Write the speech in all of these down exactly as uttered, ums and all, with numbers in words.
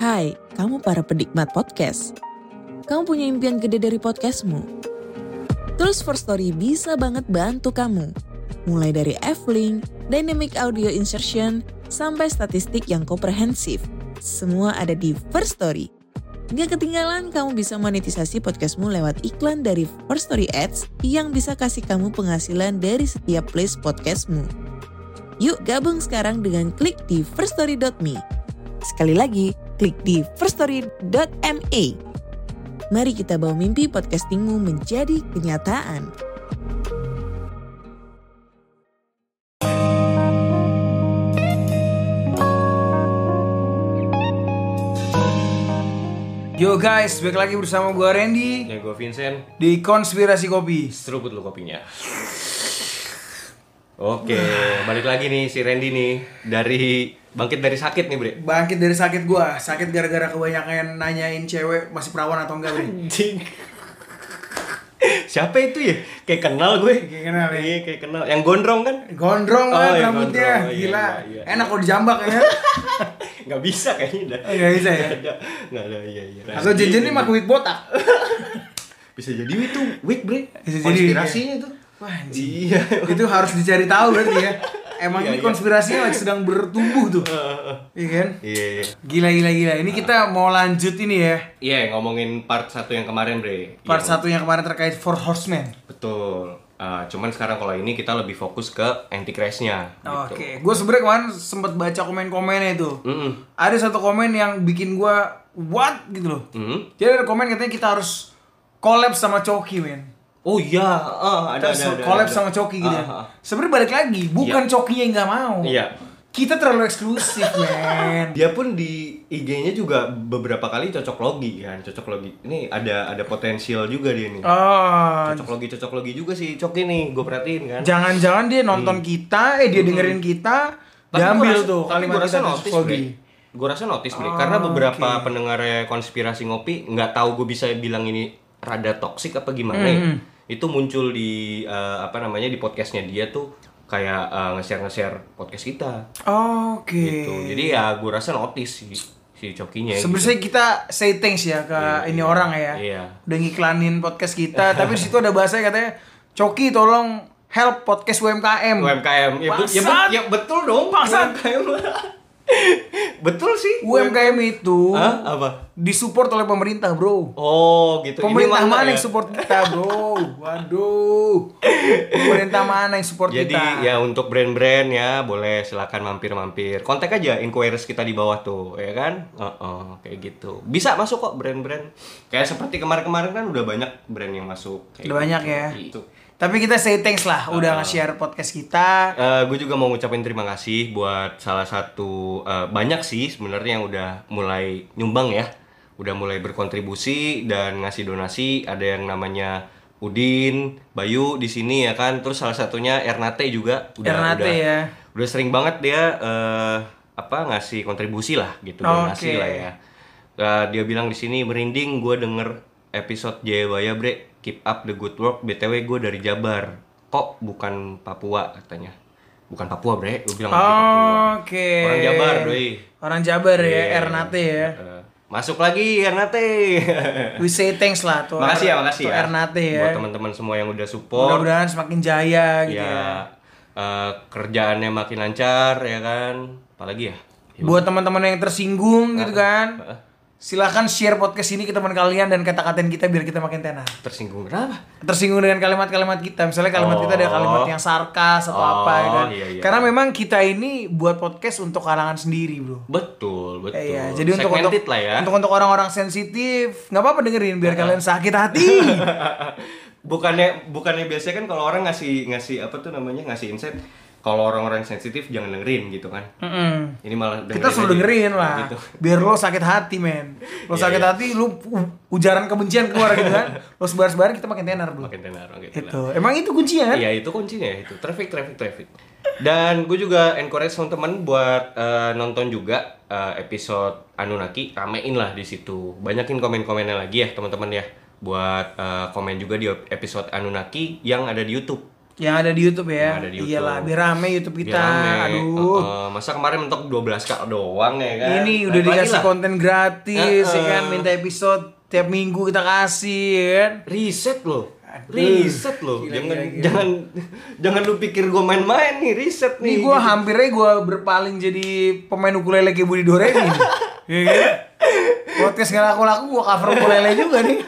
Hai, kamu para penikmat podcast. Kamu punya impian gede dari podcastmu? Terus First Story bisa banget bantu kamu. Mulai dari F-Link, Dynamic Audio Insertion, sampai statistik yang komprehensif. Semua ada di First Story. Gak ketinggalan kamu bisa monetisasi podcastmu lewat iklan dari First Story Ads yang bisa kasih kamu penghasilan dari setiap place podcastmu. Yuk gabung sekarang dengan klik di first story dot me. Sekali lagi, klik di first story dot me. Mari kita bawa mimpi podcastingmu menjadi kenyataan. Yo guys, balik lagi bersama gue Randy. Ya gue Vincent. Di Konspirasi Kopi. Seruput lu kopinya. Oke, balik lagi nih si Randy nih. Dari bangkit dari sakit nih, Bre. Bangkit dari sakit gue. Sakit gara-gara kebanyakan nanyain cewek masih perawan atau enggak, Bre. Anjing. Siapa itu ya? Kayak kenal gue. Kayak kenal ya. Iya, kayak kenal. Yang gondrong kan? Gondrong Oh, kan iya, rambutnya. gondrong. Oh, iya, Gila. iya, iya. Enak kalau dijambak ya. Gak bisa kayaknya dah. Oh, gak bisa ya? Gak ada. Gak ada, iya iya. Atau Jenjen ini pakai wig botak. Bisa jadi itu wig, Bre. Bisa jadi konspirasinya tuh. Wah, anjing. Iya. Itu harus dicari tahu berarti ya. Emang Iya, ini iya. konspirasinya lagi sedang bertumbuh tuh. Iya kan? Iya iya. Gila gila gila. Ini kita mau lanjut ini ya. Iya, ngomongin part satu yang kemarin, Bre. Part Yang- satu yang kemarin terkait Four Horsemen. Betul. Uh, cuman sekarang kalau ini kita lebih fokus ke anti-crash-nya gitu. Oke, gue sebenarnya kemarin sempat baca komen-komennya itu. Mm-mm. Ada satu komen yang bikin gue what gitu loh. Mm. Jadi ada komen katanya kita harus collab sama Coki, men. Oh iya, uh, ada, Kita ada, ada, collab ada. sama Coki gitu. Ah, ya. ah. Sebenarnya balik lagi, bukan Iya. Cokinya yang nggak mau. Iya. Kita terlalu eksklusif, men. Dia pun di I G-nya juga beberapa kali cocok logi kan, cocok logi. Ini ada ada potensial juga dia nih. Oh, Cocok logi, cocok logi juga sih Coki nih, gue perhatiin kan. jangan-jangan dia nonton kita, eh dia dengerin kita, Tapi diambil gua rasa- tuh tapi kalimat gua rasa kita notice, cocok logi. Gue rasa notice, Bre. Oh, Karena beberapa oke. pendengarnya konspirasi ngopi nggak tahu gue bisa bilang ini rada toksik apa gimana ya. Mm-hmm. Itu muncul di eh, apa namanya di podcastnya dia tuh kayak eh, nge-share nge-share podcast kita Oke. gitu. Jadi ya gue rasa notice sih si Cokinya. Sebenarnya gitu. kita say thanks ya ke Iya, ini iya. orang ya. Iya. Udah ngiklanin podcast kita, tapi di situ ada bahasanya katanya, "Coki tolong help podcast U M K M." U M K M ya, be- ya, be- Bangsat. ya betul dong. Bangsat. U M K M. Betul sih. U M K M itu Hah? Apa? disupport oleh pemerintah, Bro. Oh gitu. Pemerintah Ini mana ya? yang support kita, Bro? Waduh. Pemerintah mana yang support Jadi kita? ya untuk brand-brand ya boleh silakan mampir-mampir. Kontak aja inquiries kita di bawah tuh, ya kan? Heeh, kayak gitu. Bisa masuk kok brand-brand. Kayak seperti kemarin-kemarin kan udah banyak brand yang masuk. Kayak Udah banyak gitu. ya. Gitu. Tapi kita say thanks lah udah nge-share podcast kita. gue juga mau ngucapin terima kasih buat salah satu eh, banyak sih sebenarnya yang udah mulai nyumbang ya, udah mulai berkontribusi dan ngasih donasi. Ada yang namanya Udin, Bayu di sini ya kan. Terus salah satunya Ernate juga udah Ernate udah, ya. udah sering banget dia eh, apa ngasih kontribusi lah gitu, donasi Oke. lah ya. Eh, dia bilang di sini merinding gue denger episode Jayabaya, Bre. Keep up the good work. B T W gue dari Jabar. Kok bukan Papua katanya. Bukan Papua, Bre. Gue bilang lagi Papua. Oke. Orang Jabar, doi. Orang Jabar ya, Iya. Ernate ya. Eh, masuk lagi Ernate. We say thanks lah tuh. Makasih ya, makasih tuh ya. Ernate ya. Buat teman-teman semua yang udah support. Mudah-mudahan semakin jaya gitu ya. Ya, eh, kerjaannya makin lancar ya kan. Apalagi ya? Buat teman-teman yang tersinggung gitu kan. Heeh. Silahkan share podcast ini ke teman kalian dan kata-katain kita biar kita makin tenar. Tersinggung kenapa? Tersinggung dengan kalimat-kalimat kita. Misalnya kalimat kita ada Oh. kalimat yang sarkas atau Oh, apa gitu kan. iya, iya. Karena memang kita ini buat podcast untuk kalangan sendiri, Bro. Betul, betul. Iya, jadi untuk untuk Segmented lah ya. untuk untuk orang-orang sensitif, nggak apa-apa dengerin biar kalian sakit hati. bukannya bukannya biasanya kan kalau orang ngasih ngasih apa tuh namanya ngasih insight, kalau orang-orang sensitif jangan dengerin gitu kan. Mm-mm. Ini malah dengerin Kita suruh aja. dengerin lah, Gitu. biar lo sakit hati, men. Lo Iya, sakit iya. hati, lu u- ujaran kebencian keluar gitu kan. Lo sebar-sebarin kita makin tenar, Bro. Makin tenar, makin tenar. Itu, emang itu kuncinya kan? Iya, itu kuncinya itu. Traffic, traffic, traffic. Dan gue juga encourage teman-teman buat eh, nonton juga eh, episode Anunnaki, ramein lah di situ. Banyakin komen-komennya lagi ya, teman-teman ya. Buat eh, komen juga di episode Anunnaki yang ada di YouTube. Yang ada di YouTube ya. Yang ada di YouTube. Iyalah, biar rame YouTube kita. Biar rame. Aduh. Uh, uh, masa kemarin mentok dua belas k doang ya kan. Ini udah Naik lagi dikasih lah. konten gratis, Uh, uh. ya kan, minta episode tiap minggu kita kasih, ya kan. Riset loh. Aduh. Riset loh. Gila, jangan gila, gila. jangan jangan lu pikir gue main-main nih, riset nih. Nih gue gitu. hampir aja gue berpaling jadi pemain ukulele kayak Budi Doremi nih. Iya kan? Podcast gak laku-laku gue cover ukulele juga nih.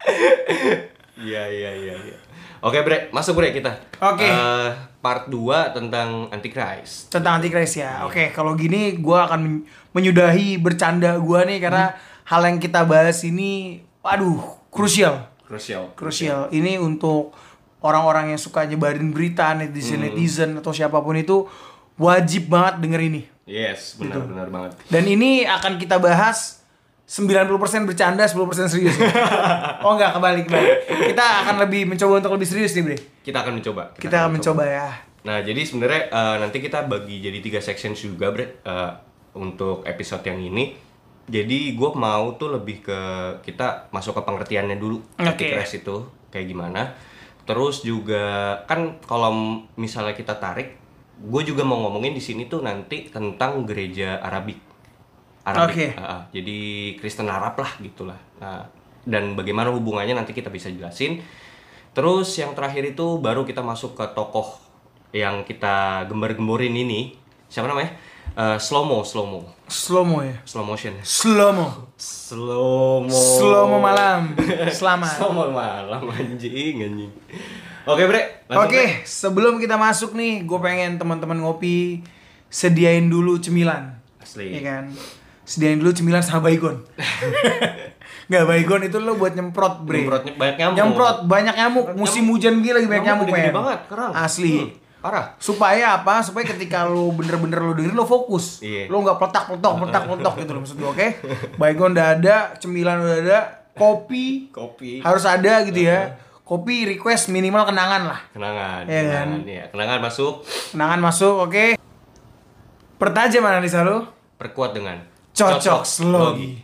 Iya iya iya iya. Oke, Bre, masuk Bre kita. Oke. Eh, part dua tentang Antichrist. Tentang Antichrist ya. Oke, kalau gini gue akan men- menyudahi bercanda gue nih karena hal yang kita bahas ini, waduh, krusial. Krusial. Krusial. Ini untuk orang-orang yang suka nyebarin berita, netizen-netizen atau siapapun itu wajib banget denger ini. Yes, benar benar banget. Dan ini akan kita bahas sembilan puluh persen bercanda, sepuluh persen serius. Oh enggak, kebalik, kebalik. Kita akan lebih mencoba untuk lebih serius nih, Bre. Kita akan mencoba. Kita akan mencoba ya. Nah, jadi sebenarnya eh, nanti kita bagi jadi tiga section juga, Bre, eh, untuk episode yang ini. Jadi gue mau tuh lebih ke kita masuk ke pengertiannya dulu. Oke. Antichrist itu kayak gimana. Terus juga kan kalau misalnya kita tarik, gue juga mau ngomongin di sini tuh nanti tentang gereja Arabik. Arabik. Oke. Ah, ah. Jadi Kristen Arab lah gitulah. Nah, dan bagaimana hubungannya nanti kita bisa jelasin. Terus yang terakhir itu baru kita masuk ke tokoh yang kita gembar-gemborin ini. Siapa namanya? Uh, Slow-mo, Slow-mo. Slow-mo ya. Slow motion. Slow-mo. Slow-mo. Slow-mo malam. Selamat. Slow-mo malam anjing anjing. Oke, Bre. langsung, Oke, Bre. sebelum kita masuk nih, gue pengen teman-teman ngopi sediain dulu cemilan. Asli. Iya kan? Sediain dulu cemilan sama baygon. Nggak, baygon itu lo buat nyemprot, Bre. Nyemprotnya banyak nyamuk. Nyemprot banyak nyamuk. Musim hujan gini lagi banyak nyamuk, gede-gede men. banget, kerang. Asli. Hmm, parah. Supaya apa? Supaya ketika lo bener-bener lo dengerin lo fokus. Iya. Lo nggak peletak-peletok, peletak-peletok gitu loh maksud gue, oke? Baygon udah ada, cemilan udah ada, kopi Kopi. harus ada gitu ya. Kopi request minimal kenangan lah. Kenangan. Iya kan? kenangan, iya. Kenangan masuk. Kenangan masuk, oke? Pertajam analisa lo. Perkuat dengan Cocok slogi.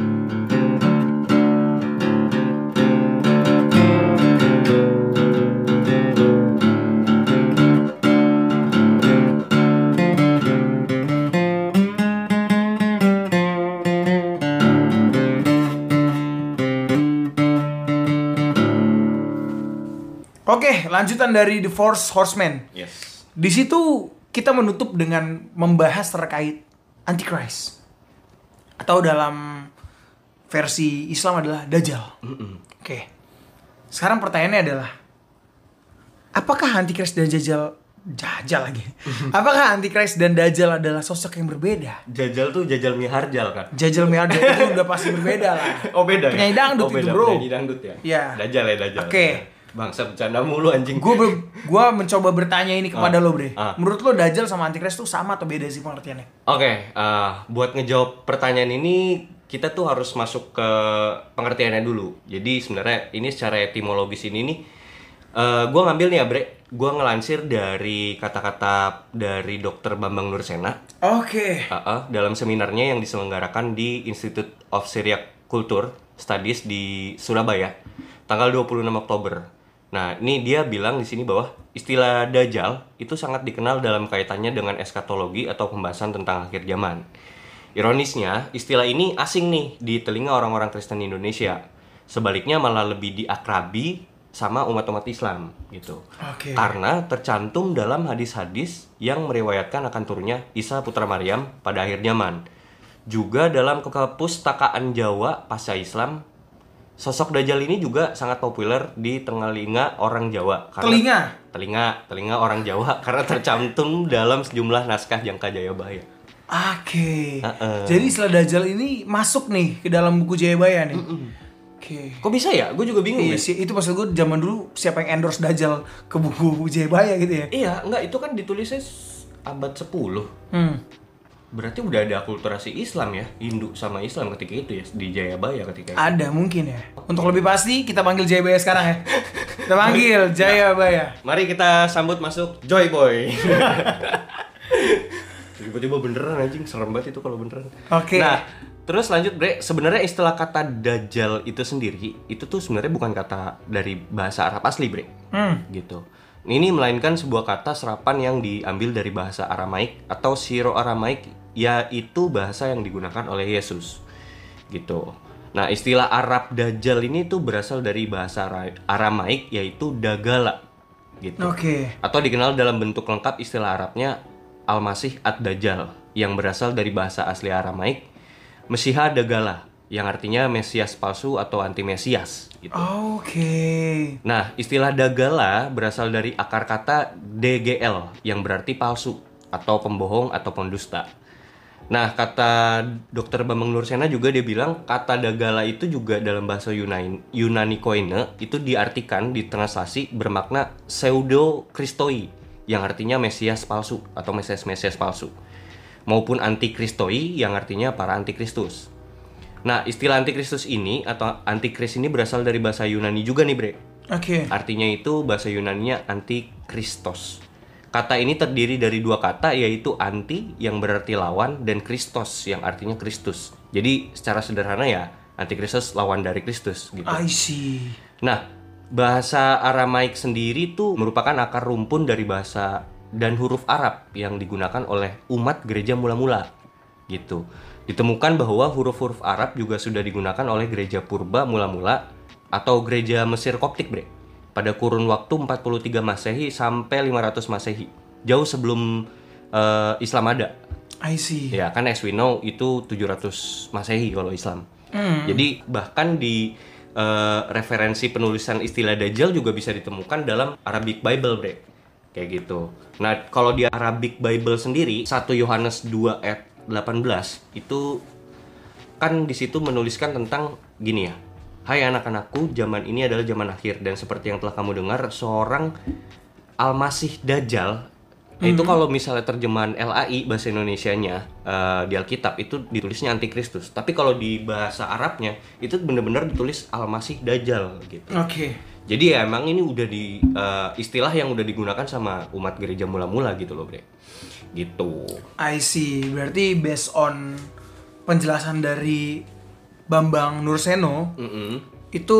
Oke, lanjutan dari The Four Horsemen. Yes. Di situ kita menutup dengan membahas terkait Antichrist. Atau dalam versi Islam adalah Dajjal. Oke. Sekarang pertanyaannya adalah, apakah Antichrist dan Dajjal Dajjal lagi? Apakah Antichrist dan Dajjal adalah sosok yang berbeda? Jajal tuh Jajal Miharjal kan? Dajjal Miharjal itu udah pasti berbeda lah. Oh beda Penyanyi ya? dangdut oh, beda, itu, bro. Penyanyi dangdut ya? Iya. Dajjal ya Dajjal. Oke. Bangsa bercanda mulu anjing. Gue gua mencoba bertanya ini kepada Ah, lo, Bre. ah. Menurut lo Dajjal sama Antichrist tuh sama atau beda sih pengertiannya? Oke, eh, buat ngejawab pertanyaan ini kita tuh harus masuk ke pengertiannya dulu. Jadi sebenarnya ini secara etimologis ini nih, eh gue ngambil nih ya, Bre. Gue ngelansir dari kata-kata dari Dokter Bambang Nursena. Oke. Uh, uh, dalam seminarnya yang diselenggarakan di Institute of Syriac Culture Studies di Surabaya, tanggal dua puluh enam Oktober. Nah, ini dia bilang di sini bahwa istilah Dajjal itu sangat dikenal dalam kaitannya dengan eskatologi atau pembahasan tentang akhir zaman. Ironisnya, istilah ini asing nih di telinga orang-orang Kristen Indonesia. Sebaliknya malah lebih diakrabi sama umat-umat Islam gitu. Oke. Karena tercantum dalam hadis-hadis yang meriwayatkan akan turunnya Isa putra Maryam pada akhir zaman. Juga dalam kepustakaan Jawa pasca Islam, sosok Dajjal ini juga sangat populer di telinga orang Jawa. Karena, Telinga? Telinga, telinga orang Jawa karena tercantum dalam sejumlah naskah Jangka Jayabaya. Oke. Uh-uh. Jadi istilah Dajjal ini masuk nih ke dalam buku Jayabaya nih. Oke. Kok bisa ya? Gue juga bingung Iya ya. sih, itu maksud gue zaman dulu siapa yang endorse Dajjal ke buku-buku Jayabaya gitu ya? Iya, enggak, itu kan ditulisnya s- abad sepuluh. Hmm. Berarti udah ada akulturasi Islam ya, Hindu sama Islam ketika itu ya, di Jayabaya ketika itu. Ada mungkin ya. Untuk lebih pasti kita panggil Jayabaya sekarang ya. Kita panggil Jayabaya. Mari kita sambut masuk Joy Boy. Tiba-tiba beneran anjing, serem banget itu kalau beneran. Oke. Nah, terus lanjut Bre, sebenarnya istilah kata Dajjal itu sendiri, itu tuh sebenarnya bukan kata dari bahasa Arab asli Bre. Hmm. Gitu. Ini melainkan sebuah kata serapan yang diambil dari bahasa Aramaik atau Syro-Aramaik, yaitu bahasa yang digunakan oleh Yesus. Gitu. Nah, istilah Arab Dajjal ini tuh berasal dari bahasa Aramaik yaitu Dagala. Gitu. Oke. Okay. Atau dikenal dalam bentuk lengkap istilah Arabnya Al-Masih Ad-Dajjal yang berasal dari bahasa asli Aramaik Mesiha Dagala, yang artinya Mesias palsu atau anti-Mesias gitu. Oke. Okay. Nah, istilah Dagala berasal dari akar kata D G L yang berarti palsu atau pembohong atau pendusta. Nah, kata dokter Bambang Nursena juga dia bilang kata Dagala itu juga dalam bahasa Yunani, Yunani Koine itu diartikan ditranslasi bermakna pseudo Kristoi yang artinya Mesias palsu atau Mesias-Mesias palsu, maupun antikristoi yang artinya para antikristus. Nah, istilah antikristus ini atau antikris ini berasal dari bahasa Yunani juga nih, Bre. Oke. Okay. Artinya itu bahasa Yunaninya antikristos. Kata ini terdiri dari dua kata, yaitu anti yang berarti lawan dan Kristos yang artinya Kristus. Jadi secara sederhana ya, antikristus lawan dari Kristus gitu. I see. Nah, bahasa Aramaik sendiri tuh merupakan akar rumpun dari bahasa dan huruf Arab yang digunakan oleh umat gereja mula-mula gitu. Ditemukan bahwa huruf-huruf Arab juga sudah digunakan oleh gereja purba mula-mula atau gereja Mesir Koptik, Bre, pada kurun waktu empat puluh tiga Masehi sampai lima ratus Masehi, jauh sebelum uh, Islam ada. I see. Ya, kan as we know itu tujuh ratus Masehi kalau Islam. Mm. Jadi bahkan di uh, referensi penulisan istilah Dajjal juga bisa ditemukan dalam Arabic Bible, Bre. Kayak gitu. Nah, kalau di Arabic Bible sendiri, satu Yohanes dua ayat delapan belas itu kan di situ menuliskan tentang gini ya. Hai anak-anakku, zaman ini adalah zaman akhir dan seperti yang telah kamu dengar, seorang Al-Masih Dajjal. Mm-hmm. Itu kalau misalnya terjemahan L A I bahasa Indonesianya uh, di Alkitab itu ditulisnya Antikristus. Tapi kalau di bahasa Arabnya itu benar-benar ditulis Al-Masih Dajjal gitu. Oke. Okay. Jadi ya emang ini udah di uh, istilah yang udah digunakan sama umat gereja mula-mula gitu loh, Bre. Gitu. I see. Berarti based on penjelasan dari Bambang Nurseno, mm-hmm. itu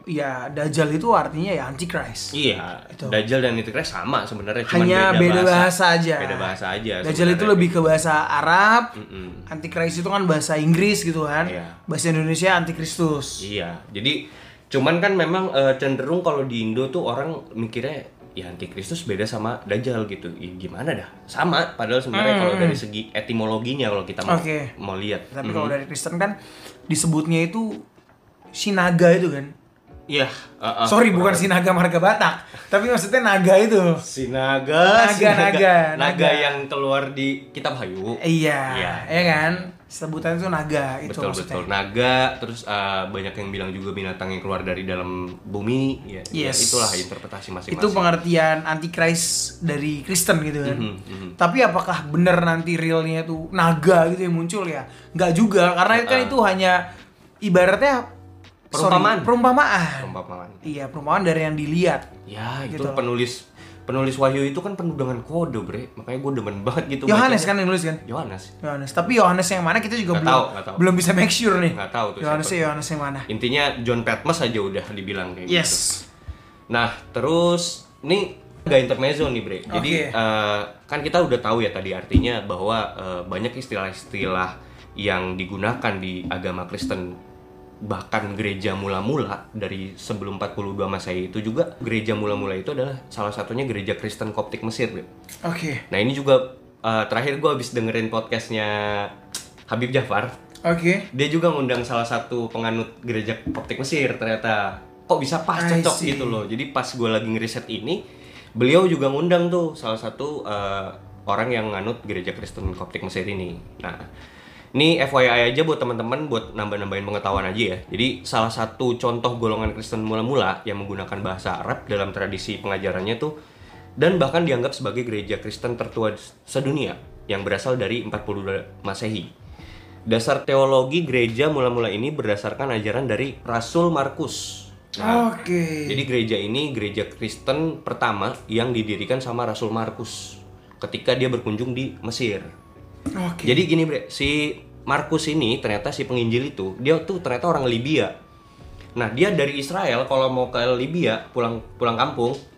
ya Dajjal itu artinya ya Antichrist. Iya. Itu. Dajjal dan Antichrist sama sebenarnya, cuma hanya beda, beda bahasa. bahasa aja. Beda bahasa aja. Dajjal sebenarnya itu lebih ke bahasa Arab, mm-hmm. Antichrist itu kan bahasa Inggris gitu kan. Iya. Bahasa Indonesia Antikristus. Iya. Jadi cuman kan memang uh, cenderung kalau di Indo tuh orang mikirnya ya Antikristus beda sama Dajjal gitu. Ya, gimana dah? Sama, padahal sebenarnya hmm. kalau dari segi etimologinya kalau kita mau okay. mau lihat. Tapi hmm. kalau dari Kristen kan disebutnya itu si naga itu kan. Iya. Uh, uh, Sorry, bukan si naga marga Batak, tapi maksudnya naga itu. Si naga, naga, si naga, naga, naga, naga yang keluar di Kitab Hayu. Iya, iya, ya kan. Sebutannya itu naga itu betul, maksudnya. Betul, naga. Terus uh, banyak yang bilang juga binatang yang keluar dari dalam bumi. Ya, yes. ya itulah interpretasi masing-masing. Itu pengertian Antichrist dari Kristen gitu kan. Mm-hmm, mm-hmm. Tapi apakah benar nanti realnya tuh naga gitu yang muncul ya? Nggak juga, karena uh, kan itu hanya ibaratnya perumpamaan. Sorry, perumpamaan. Perumpamaan. Iya, perumpamaan dari yang dilihat. Ya, gitu. Itu penulis penulis Wahyu itu kan penuh dengan kode, Bre. Makanya gue demen banget gitu. Yohanes kan yang nulis kan? Yohanes. Yohanes. Tapi Yohanes yang mana kita juga gak belum tahu, tahu. belum bisa make sure nih. Gak tahu tuh. Yohanes Yohanes yang mana? Intinya John Patmos aja udah dibilang kayak yes. gitu. Nah, terus ini agak intermezzo nih, Bre. Jadi okay. uh, kan kita udah tahu ya tadi artinya bahwa uh, banyak istilah-istilah yang digunakan di agama Kristen. Bahkan gereja mula-mula dari sebelum empat puluh dua Masehi itu juga gereja mula-mula itu adalah salah satunya gereja Kristen Koptik Mesir. Oke. Okay. Nah ini juga uh, terakhir gue habis dengerin podcastnya Habib Jafar. Oke. Okay. Dia juga ngundang salah satu penganut gereja Koptik Mesir ternyata. Kok bisa pas cocok gitu loh. Jadi pas gue lagi ngeriset ini, beliau juga ngundang tuh salah satu uh, orang yang nganut gereja Kristen Koptik Mesir ini. Nah. Ini F Y I aja buat teman-teman buat nambah-nambahin pengetahuan aja ya. Jadi salah satu contoh golongan Kristen mula-mula yang menggunakan bahasa Arab dalam tradisi pengajarannya tuh dan bahkan dianggap sebagai gereja Kristen tertua sedunia yang berasal dari empat puluh dua Masehi. Dasar teologi gereja mula-mula ini berdasarkan ajaran dari Rasul Markus. Nah, Oke. Okay. Jadi gereja ini gereja Kristen pertama yang didirikan sama Rasul Markus ketika dia berkunjung di Mesir. Okay. Jadi gini, Bre, si Markus ini ternyata si penginjil itu dia tuh ternyata orang Libya. Nah dia dari Israel kalau mau ke Libya pulang pulang kampung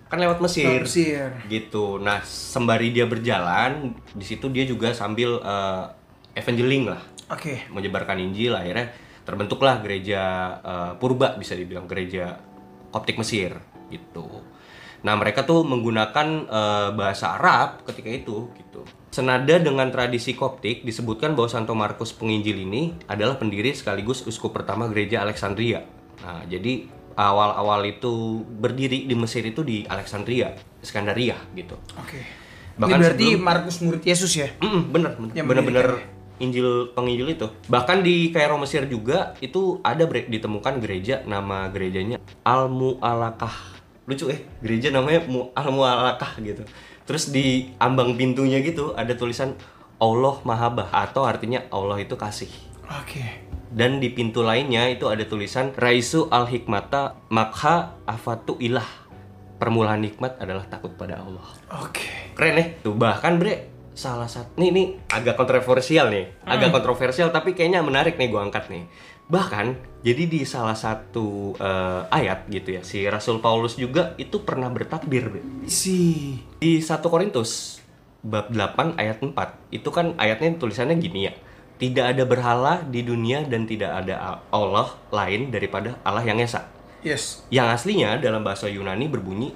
kan lewat Mesir. Mesir. Gitu. Nah, sembari dia berjalan, di situ dia juga sambil uh, evangeling lah. Oke. Okay. Menyebarkan Injil, akhirnya terbentuklah gereja uh, purba, bisa dibilang gereja Koptik Mesir gitu. Nah, mereka tuh menggunakan uh, bahasa Arab ketika itu gitu. Senada dengan tradisi Koptik, disebutkan bahwa Santo Markus Penginjil ini adalah pendiri sekaligus uskup pertama gereja Alexandria. Nah, jadi awal-awal itu berdiri di Mesir itu di Alexandria, Iskandaria gitu. Oke. Okay. Ini berarti sebelum, Markus murid Yesus ya? Mm, bener, bener-bener Injil penginjil itu. Bahkan di Kairo Mesir juga itu ada bre, ditemukan gereja, nama gerejanya Al-Mu'alakah. Lucu eh, gereja namanya Al-Mu'alakah gitu. Terus di ambang pintunya gitu ada tulisan Allah Mahabah, atau artinya Allah itu kasih. Oke. Okay. Dan di pintu lainnya itu ada tulisan Raisu al-Hikmata Makha Afatu Ilah. Permulaan nikmat adalah takut pada Allah. Oke. Okay. Keren ya? Tuh bahkan bre, salah satu nih ini agak kontroversial nih. Hmm. Agak kontroversial tapi kayaknya menarik nih gua angkat nih. Bahkan jadi di salah satu uh, ayat gitu ya, si Rasul Paulus juga itu pernah bertakbir bre. Si di satu Korintus bab delapan ayat empat. Itu kan ayatnya tulisannya gini ya. Tidak ada berhala di dunia dan tidak ada Allah lain daripada Allah yang Esa. Yes. Yang aslinya dalam bahasa Yunani berbunyi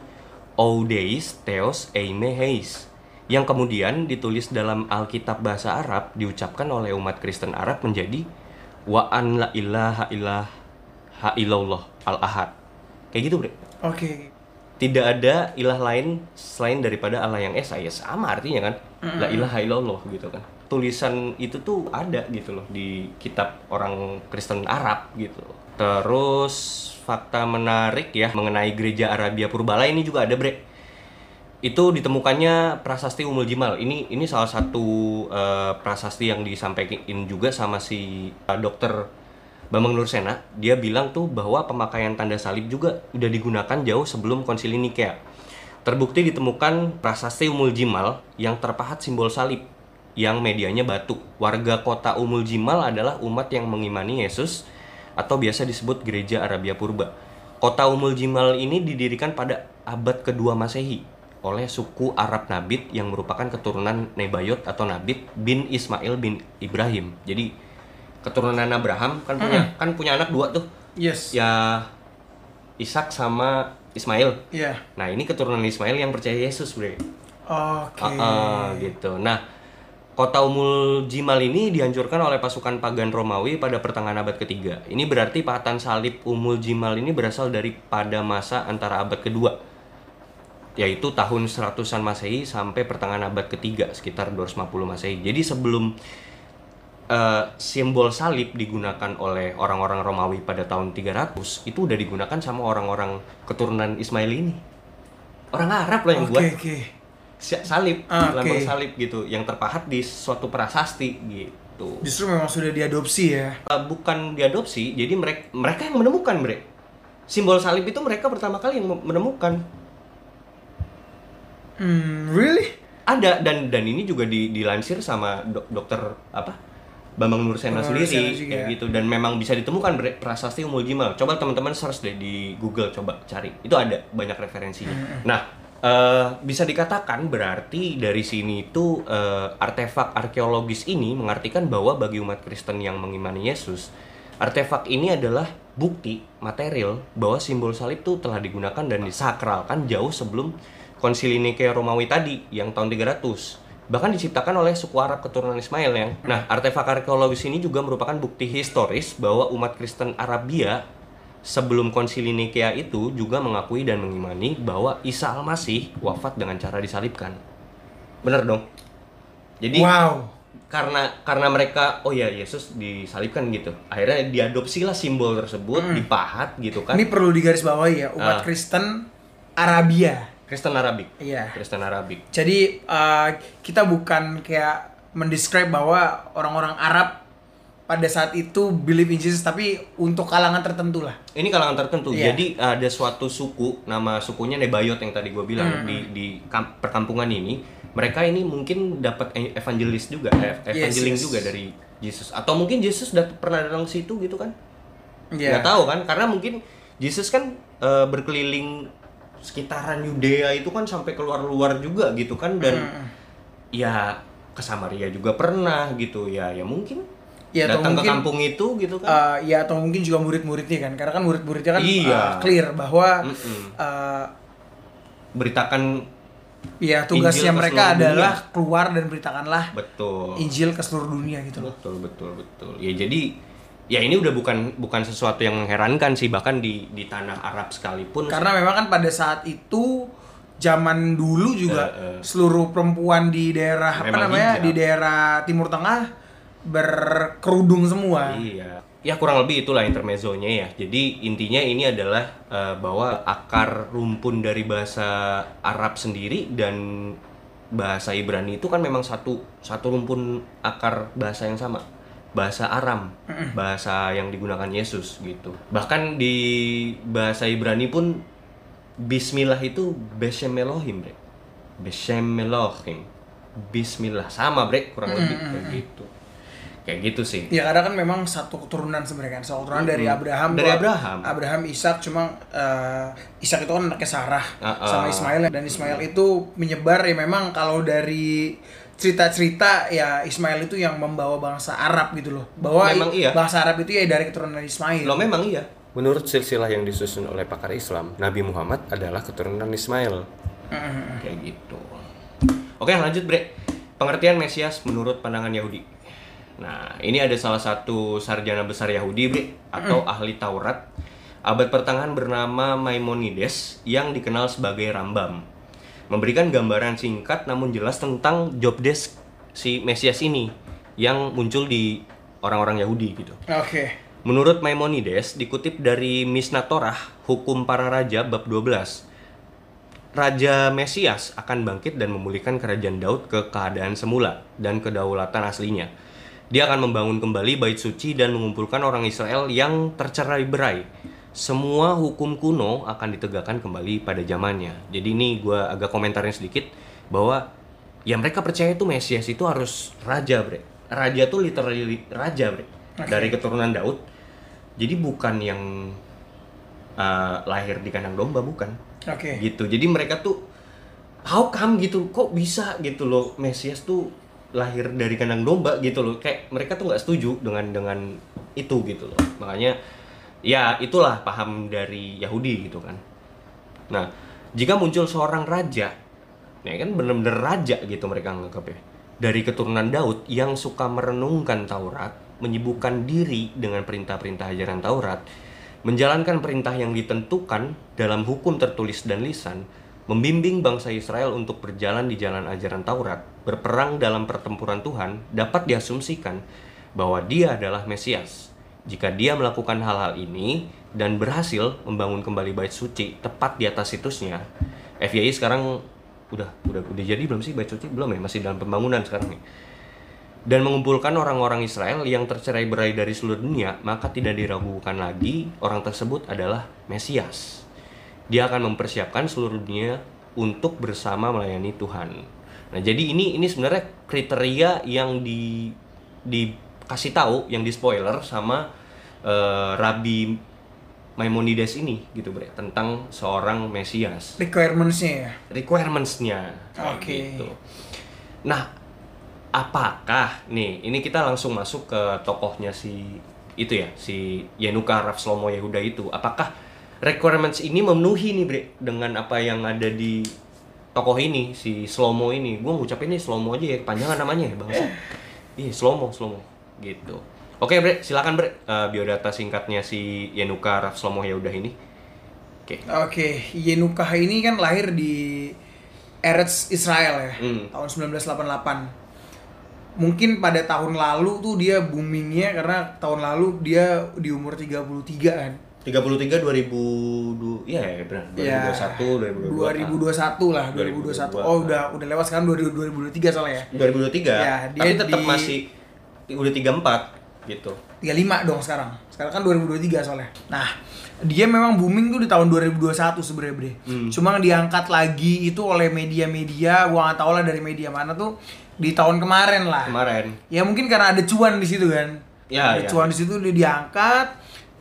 Oudeis Theos Eime Heis. Yang kemudian ditulis dalam Alkitab bahasa Arab diucapkan oleh umat Kristen Arab menjadi Wa an la ilaha ilaha illallah al-ahad. Kayak gitu, Bre. Oke. Okay. Tidak ada ilah lain selain daripada Allah yang Esa. Ya sama artinya kan. Mm-hmm. La ilaha illallah gitu kan. Tulisan itu tuh ada gitu loh di kitab orang Kristen Arab gitu. Terus fakta menarik ya mengenai gereja Arabia Purbala ini juga ada bre. Itu ditemukannya prasasti Umul Jimal. Ini ini salah satu uh, prasasti yang disampaikan juga sama si uh, dokter Bambang Nursena. Dia bilang tuh bahwa pemakaian tanda salib juga udah digunakan jauh sebelum Konsili Nikea. Terbukti ditemukan prasasti Umul Jimal yang terpahat simbol salib yang medianya batu. Warga kota Umul Jimal adalah umat yang mengimani Yesus atau biasa disebut Gereja Arabia Purba. Kota Umul Jimal ini didirikan pada abad kedua Masehi oleh suku Arab Nabit yang merupakan keturunan Nebayot atau Nabit bin Ismail bin Ibrahim. Jadi keturunan Abraham kan punya hmm. kan punya anak dua tuh. Yes. Ya Ishak sama Ismail. Iya. Yeah. Nah, ini keturunan Ismail yang percaya Yesus, Bre. Oke. Okay. Uh, uh, gitu. Nah, Kota Umul Jimal ini dihancurkan oleh pasukan pagan Romawi pada pertengahan abad ketiga. Ini berarti pahatan salib Umul Jimal ini berasal dari pada masa antara abad kedua, yaitu tahun seratusan Masehi sampai pertengahan abad ketiga, sekitar dua ratus lima puluh Masehi. Jadi sebelum uh, simbol salib digunakan oleh orang-orang Romawi pada tahun tiga ratus, itu udah digunakan sama orang-orang keturunan Ismail ini. Orang Arab loh yang okay, buat. Oke, okay. salib, ah, lambang okay. salib gitu, yang terpahat di suatu prasasti gitu. Justru memang sudah diadopsi ya? Uh, bukan diadopsi, jadi mereka mereka yang menemukan, Bre. Simbol salib itu mereka pertama kali yang menemukan. Hmm, really? Ada dan dan ini juga di, dilansir sama dok, dokter apa? Bambang Nursena sendiri kayak gitu, dan memang bisa ditemukan, Bre, prasasti Umul Jimal. Coba teman-teman search deh di Google, coba cari. Itu ada banyak referensinya. Hmm. Nah, Uh, bisa dikatakan berarti dari sini itu uh, artefak arkeologis ini mengartikan bahwa bagi umat Kristen yang mengimani Yesus, artefak ini adalah bukti material bahwa simbol salib itu telah digunakan dan disakralkan jauh sebelum Konsili Nikea Romawi tadi yang tahun tiga ratus. Bahkan diciptakan oleh suku Arab keturunan Ismail yang. Nah, artefak arkeologis ini juga merupakan bukti historis bahwa umat Kristen Arabia sebelum Konsili Nikea itu juga mengakui dan mengimani bahwa Isa Al-Masih wafat dengan cara disalibkan. Bener dong? Jadi wow. karena karena mereka oh ya Yesus disalibkan gitu. Akhirnya diadopsilah simbol tersebut, hmm. dipahat gitu kan. Ini perlu digarisbawahi ya, umat uh, Kristen Arabia. Kristen Arabik. Iya. Kristen Arabik. Jadi uh, kita bukan kayak mendescribe bahwa orang-orang Arab pada saat itu believe in Jesus, tapi untuk kalangan tertentu lah. Ini kalangan tertentu. Yeah. Jadi ada suatu suku, nama sukunya Nebayot yang tadi gue bilang, hmm. di di kamp, perkampungan ini, mereka ini mungkin dapat evangelis juga, evangeling yes, yes. juga dari Yesus. Atau mungkin Yesus udah pernah datang ke situ gitu kan? Yeah. Nggak tahu kan? Karena mungkin Yesus kan uh, berkeliling sekitaran Yudea itu kan sampai keluar-luar juga gitu kan, dan Hmm. ya ke Samaria juga pernah gitu ya, ya mungkin Ya, atau datang ke mungkin, kampung itu gitu kan. Uh, ya atau mungkin juga murid-muridnya kan, karena kan murid-muridnya kan Iya. uh, clear bahwa Mm-mm. uh, beritakan ya tugasnya Injil ke mereka seluruh adalah dunia. keluar dan beritakanlah betul. Injil ke seluruh dunia gitu loh. Betul, betul, betul. Ya jadi ya ini udah bukan bukan sesuatu yang mengherankan sih, bahkan di di tanah Arab sekalipun. Karena memang kan pada saat itu zaman dulu juga Uh, uh. seluruh perempuan di daerah apa Memang namanya hijab. di daerah Timur Tengah berkerudung semua. Iya. Ya kurang lebih itulah intermezzonya ya. Jadi intinya ini adalah uh, bahwa akar rumpun dari bahasa Arab sendiri dan bahasa Ibrani itu kan memang satu satu rumpun akar bahasa yang sama. Bahasa Aram, bahasa yang digunakan Yesus gitu. Bahkan di bahasa Ibrani pun Bismillah itu Beshem Elohim, bre. Beshem Elohim. Bismillah sama, bre, kurang lebih kayak gitu. Kayak gitu sih. Ya karena kan memang satu keturunan sebenarnya kan, satu keturunan dari Abraham. Dari Bahwa Abraham. Abraham, Ishak, cuma uh, Ishak itu kan anaknya Sarah Uh-uh. sama Ismail, dan Ismail itu menyebar ya memang kalau dari cerita-cerita ya Ismail itu yang membawa bangsa Arab gitu loh. Bahwa Memang iya. bangsa Arab itu ya dari keturunan Ismail. Lo memang iya. Menurut silsilah yang disusun oleh pakar Islam, Nabi Muhammad adalah keturunan Ismail. Kayak gitu. Oke, lanjut, bre. Pengertian Mesias menurut pandangan Yahudi. Nah, ini ada salah satu sarjana besar Yahudi, bre, atau ahli Taurat abad pertengahan bernama Maimonides yang dikenal sebagai Rambam, memberikan gambaran singkat namun jelas tentang job desk si Mesias ini yang muncul di orang-orang Yahudi gitu. Oke. Menurut Maimonides, dikutip dari Mishnah Torah, Hukum Para Raja bab dua belas, Raja Mesias akan bangkit dan memulihkan kerajaan Daud ke keadaan semula dan kedaulatan aslinya. Dia akan membangun kembali bait suci dan mengumpulkan orang Israel yang tercerai-berai. Semua hukum kuno akan ditegakkan kembali pada zamannya. Jadi ini gue agak komentarin sedikit bahwa ya mereka percaya itu Mesias itu harus raja, bre. Raja tuh literally raja, bre. Okay. Dari keturunan Daud. Jadi bukan yang uh, lahir di kandang domba, bukan. Oke. Gitu. Jadi mereka tuh how come gitu, kok bisa gitu loh Mesias tuh lahir dari kandang domba gitu loh. Kayak mereka tuh nggak setuju dengan dengan itu gitu loh. Makanya ya itulah paham dari Yahudi gitu kan. Nah, jika muncul seorang raja, ya kan bener-bener raja gitu mereka anggapnya, dari keturunan Daud yang suka merenungkan Taurat, menyibukkan diri dengan perintah-perintah ajaran Taurat, menjalankan perintah yang ditentukan dalam hukum tertulis dan lisan, membimbing bangsa Israel untuk berjalan di jalan ajaran Taurat, berperang dalam pertempuran Tuhan, dapat diasumsikan bahwa dia adalah Mesias. Jika dia melakukan hal-hal ini dan berhasil membangun kembali bait suci tepat di atas situsnya, F Y I sekarang udah udah udah jadi belum sih bait suci? Belum ya, masih dalam pembangunan sekarang nih. Dan mengumpulkan orang-orang Israel yang tercerai-berai dari seluruh dunia, maka tidak diragukan lagi orang tersebut adalah Mesias. Dia akan mempersiapkan seluruh dunia untuk bersama melayani Tuhan. Nah, jadi ini ini sebenarnya kriteria yang di dikasih tahu, yang di spoiler sama uh, Rabi Maimonides ini gitu, bre, tentang seorang Mesias. Requirements-nya ya. Requirements-nya. Oke. Okay. Gitu. Nah, apakah nih ini kita langsung masuk ke tokohnya si itu ya, si Yenuka Rav Shlomo Yehuda itu. Apakah requirements ini memenuhi nih, bre, dengan apa yang ada di tokoh ini, si Shlomo ini? Gue ngucapin ini Shlomo aja ya, kepanjangan namanya ya, Bang. Iya, Shlomo, Shlomo gitu. Oke, bre, silakan, bre, uh, biodata singkatnya si Yenuka Rav Shlomo Yehuda ini. Oke. Oke, Yenuka ini kan lahir di Eretz Israel ya, Hmm. tahun sembilan belas delapan puluh delapan. Mungkin pada tahun lalu tuh dia boomingnya karena tahun lalu dia di umur tiga puluh tiga kan. tiga puluh tiga dua ribu dua, ya, ya benar. dua ribu dua puluh satu, dua ribu dua puluh dua. dua ribu dua puluh satu lah, dua ribu dua puluh satu. Oh, udah udah lewat sekarang dua ribu dua puluh tiga soalnya ya. dua ribu dua puluh tiga. Ya, dia tapi tetap di- masih udah tiga puluh empat gitu. tiga puluh lima dong sekarang. Sekarang kan dua ribu dua puluh tiga soalnya. Nah, dia memang booming tuh di tahun dua ribu dua puluh satu sebenarnya, Bre. Hmm. Cuma diangkat lagi itu oleh media-media, gua nggak tahu lah dari media mana tuh, di tahun kemarin lah. Kemarin. Ya mungkin karena ada cuan di situ kan. Ya, ada ya. cuan di situ dia diangkat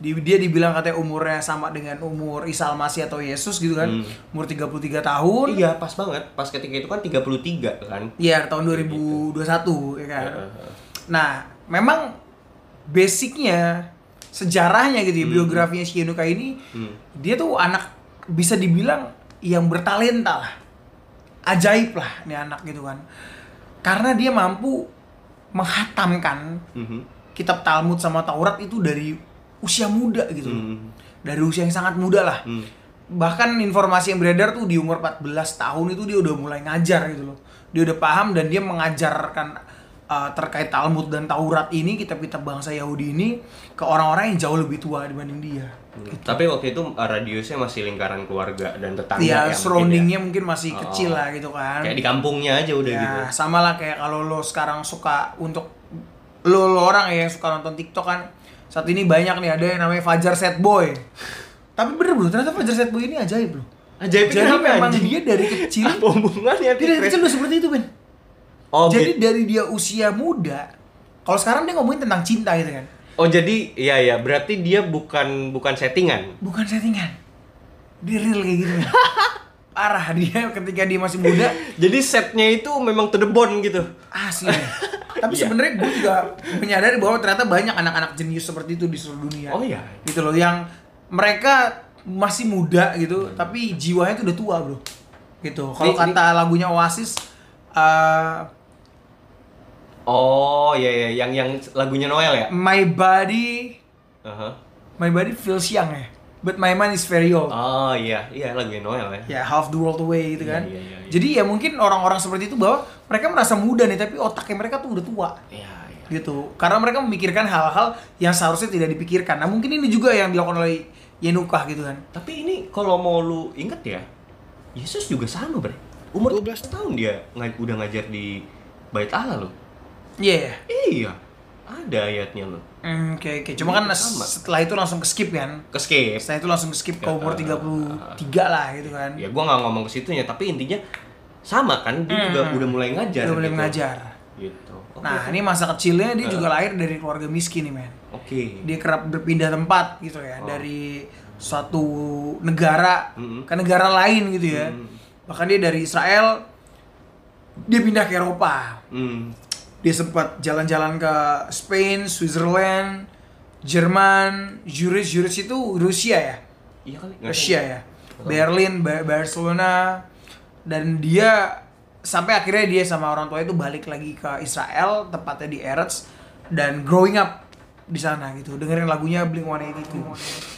Di, dia dibilang katanya umurnya sama dengan umur Isa Al-Masih atau Yesus gitu kan. Hmm. Umur tiga puluh tiga tahun. Iya, pas banget. Pas ketika itu kan tiga puluh tiga kan. Iya, tahun dua ribu dua puluh satu ya kan. Uh-huh. Nah, memang basicnya sejarahnya gitu ya, hmm. biografinya Shi Hanukkah ini, hmm. dia tuh anak bisa dibilang yang bertalenta lah. Ajaib lah nih anak gitu kan. Karena dia mampu menghatamkan hmm. kitab Talmud sama Taurat itu dari usia muda gitu loh. Hmm. Dari usia yang sangat muda lah. Hmm. Bahkan informasi yang beredar tuh di umur empat belas tahun itu dia udah mulai ngajar gitu loh. Dia udah paham dan dia mengajarkan uh, terkait Talmud dan Taurat ini, kitab-kitab bangsa Yahudi ini ke orang-orang yang jauh lebih tua dibanding dia. Hmm. Gitu. Tapi waktu itu uh, radiusnya masih lingkaran keluarga dan tetangga ya, ya, surroundingnya mungkin, ya. mungkin masih oh, kecil lah gitu kan. Kayak di kampungnya aja udah ya, gitu. Sama lah kayak kalau lo sekarang suka untuk lo, lo orang ya yang suka nonton TikTok kan. Saat ini banyak nih ada yang namanya Fajar Set Boy. Tapi bener bro, ternyata Fajar Set Boy ini ajaib bro. Ajaib. Jadi memang anjing? Dia dari kecil. Apa hubungannya? Dia dari kecil udah seperti itu Ben. Oh, jadi gitu. Dari dia usia muda. Kalau sekarang dia ngomongin tentang cinta gitu kan. Oh jadi, iya ya, berarti dia bukan bukan settingan. Bukan settingan. Dia real kayak gitu kan. Parah dia ketika dia masih muda. Jadi setnya itu memang to the bone gitu. Asli. Tapi sebenarnya gue juga menyadari bahwa ternyata banyak anak-anak jenius seperti itu di seluruh dunia. Oh iya. Gitu loh, yang mereka masih muda gitu, hmm. tapi jiwanya tuh udah tua bro. Gitu. Kalau kata lagunya Oasis, uh, oh iya iya, yang yang lagunya Noel ya. My body, uh-huh. my body feels young ya, but my mind is very old. Oh iya iya, lagunya Noel ya. Ya half the world away gitu kan. Iya, iya, iya. Jadi ya mungkin orang-orang seperti itu bahwa mereka merasa muda nih, tapi otaknya mereka tuh udah tua. Iya, iya. Gitu. Karena mereka memikirkan hal-hal yang seharusnya tidak dipikirkan. Nah mungkin ini juga yang dilakukan oleh Hanukkah gitu kan. Tapi ini kalau mau lu inget ya, Yesus juga sama bre. Umur dua belas tahun dia ng- udah ngajar di Bait Allah loh. Iya. Yeah. Iya. Ada ayatnya loh. Oke mm, oke. Okay, okay. Cuma kan sama. Setelah itu langsung ke skip kan? Ke skip. Setelah itu langsung ke skip ke umur tiga puluh tiga lah gitu kan. Ya gua nggak ngomong ke situnya, tapi intinya sama kan, dia mm. juga udah mulai ngajar. Udah mulai gitu. mengajar. Gitu. Okay. Nah ini masa kecilnya dia uh. juga lahir dari keluarga miskin nih men. Oke. Okay. Dia kerap berpindah tempat gitu ya, oh. dari suatu negara mm-hmm. ke negara lain gitu ya. Mm. Bahkan dia dari Israel, dia pindah ke Eropa. Mm. Dia sempat jalan-jalan ke Spain, Switzerland, Jerman, Zurich, Zurich itu Rusia ya? Iya kali. Rusia ya. Berlin, ba- Barcelona, dan dia sampai akhirnya dia sama orang tua itu balik lagi ke Israel, tepatnya di Eretz, dan growing up di sana gitu. Dengerin lagunya Blink one eighty-two.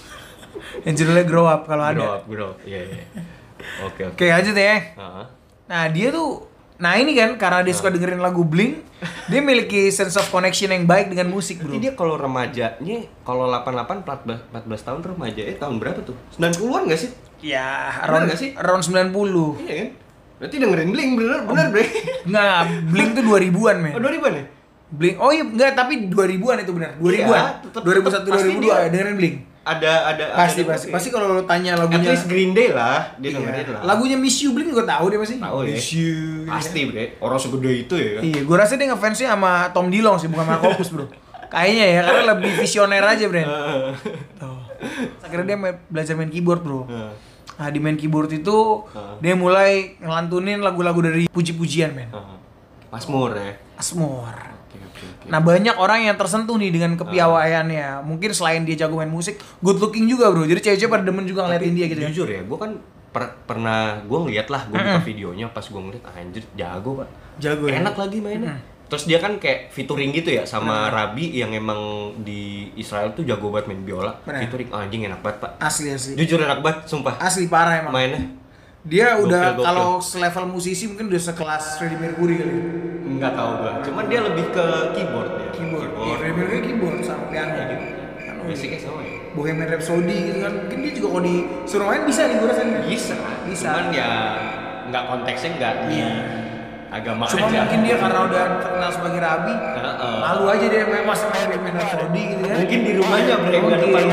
Yang judulnya Grow Up kalau ada. Grow Up, Grow Up. Iya, iya. Oke, oke. Oke, aja deh. Uh-huh. Nah, dia tuh Nah ini kan karena dia suka dengerin lagu Blink, dia memiliki sense of connection yang baik dengan musik bro. Jadi dia kalau remajanya, kalau delapan puluh delapan, empat belas tahun remaja, eh tahun berapa tuh? sembilan puluhan gak sih? Ya, around, gak sih? around sembilan puluh. Iya kan? Berarti dengerin Blink, bener, bener bre. Enggak, Blink tuh dua ribuan men. Oh dua ribuan ya? Blink, oh iya enggak, tapi dua ribuan itu benar, dua ribuan. Iya, dua ribu satu, dua ribu dua ya, dengerin Blink. Ada, ada, pasti, ada pasti, pasti kalau lo tanya lagunya. At least Green Day lah, dia iya. dengerin lah. Lagunya Miss You Blink juga tahu dia pasti. Tahu ya. Miss You. Pasti bre, orang segede itu ya. Iya, gue rasa dia ngefansnya sama Tom Dillon sih, bukan Mark Hoppus bro. Kayaknya ya, karena lebih visioner aja bre. Tuh. Akhirnya dia belajar main keyboard bro. Nah di main keyboard itu dia mulai ngelantunin lagu-lagu dari puji-pujian men. Mazmur ya. Mazmur. Nah banyak orang yang tersentuh nih dengan kepiawaiannya. Mungkin selain dia jago main musik, good looking juga bro. Jadi cewek-cewek pada demen juga ngeliatin dia gitu. Jujur ya, gue kan per- pernah gue ngeliat lah, gue buka videonya pas gue ngeliat anjir jago pak. Jago. Enak ya? lagi mainnya. Mm. Terus dia kan kayak featuring gitu ya sama mm. Rabi yang emang di Israel tuh jago banget main biola. Bener. Featuring oh, anjing enak banget pak. Asli asli. Jujur enak banget, sumpah. Asli parah emang. Mainnya. Dia gokil, udah kalau selevel musisi mungkin udah sekelas Freddie Mercury kali. Enggak tahu gua. Cuman dia lebih ke keyboard ya. Keyboard. Iya, Freddie Mercury keyboard sama piano gitu. Kan basicnya sama ya. Bohemian Rhapsody gitu kan. Mungkin dia juga kalau disuruh main bisa nih gua rasanya. Bisa. Bisa. Cuman ya enggak konteksnya enggak di yeah. agama cuma aja. Mungkin dia karena udah terkenal sebagai rabi, uh-uh. malu aja dia main masih main Bohemian Rhapsody gitu kan. Mungkin di rumahnya mereka enggak depan.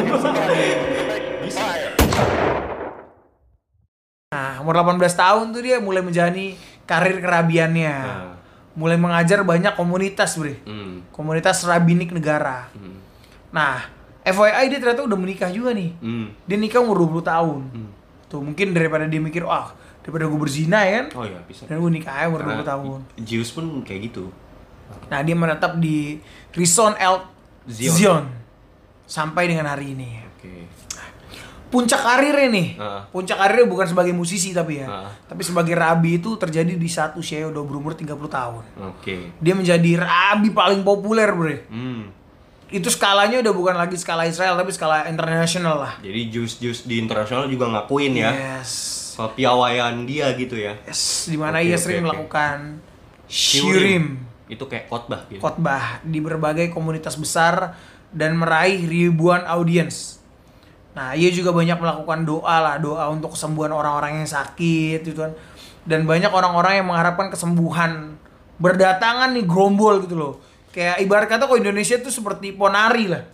Bisa. Nah, umur delapan belas tahun tuh dia mulai menjalani karir kerabiannya. Hmm. Mulai mengajar banyak komunitas, Bre. Hmm. Komunitas rabbinik negara. Hmm. Nah, F Y I dia ternyata udah menikah juga nih. Hmm. Dia nikah umur dua puluh tahun. Hmm. Tuh mungkin daripada dia mikir, ah daripada gue berzina ya kan. Oh iya bisa. Dan gue nikah aja umur dua puluh tahun. Zeus pun kayak gitu. Nah dia menetap di Rison El Zion. Zion. Sampai dengan hari ini. Oke. Puncak karirnya nih, Uh. puncak karirnya bukan sebagai musisi tapi ya, Uh. tapi sebagai rabi itu terjadi di saat usia udah berumur tiga puluh tahun. Oke. Dia menjadi rabi paling populer, bre. Hmm. Itu skalanya udah bukan lagi skala Israel tapi skala internasional lah. Jadi Zeus-Zeus di internasional juga ngakuin ya. Yes. Kepiawaian dia gitu ya. Yes, di mana Oke, ia oke, sering oke. melakukan shiurim, Itu kayak khotbah gitu. khotbah di berbagai komunitas besar dan meraih ribuan audiens. Nah, ia juga banyak melakukan doa lah, doa untuk kesembuhan orang-orang yang sakit gitu kan. Dan banyak orang-orang yang mengharapkan kesembuhan berdatangan nih gerombol gitu loh. Kayak ibarat kata kok Indonesia tuh seperti Ponari lah.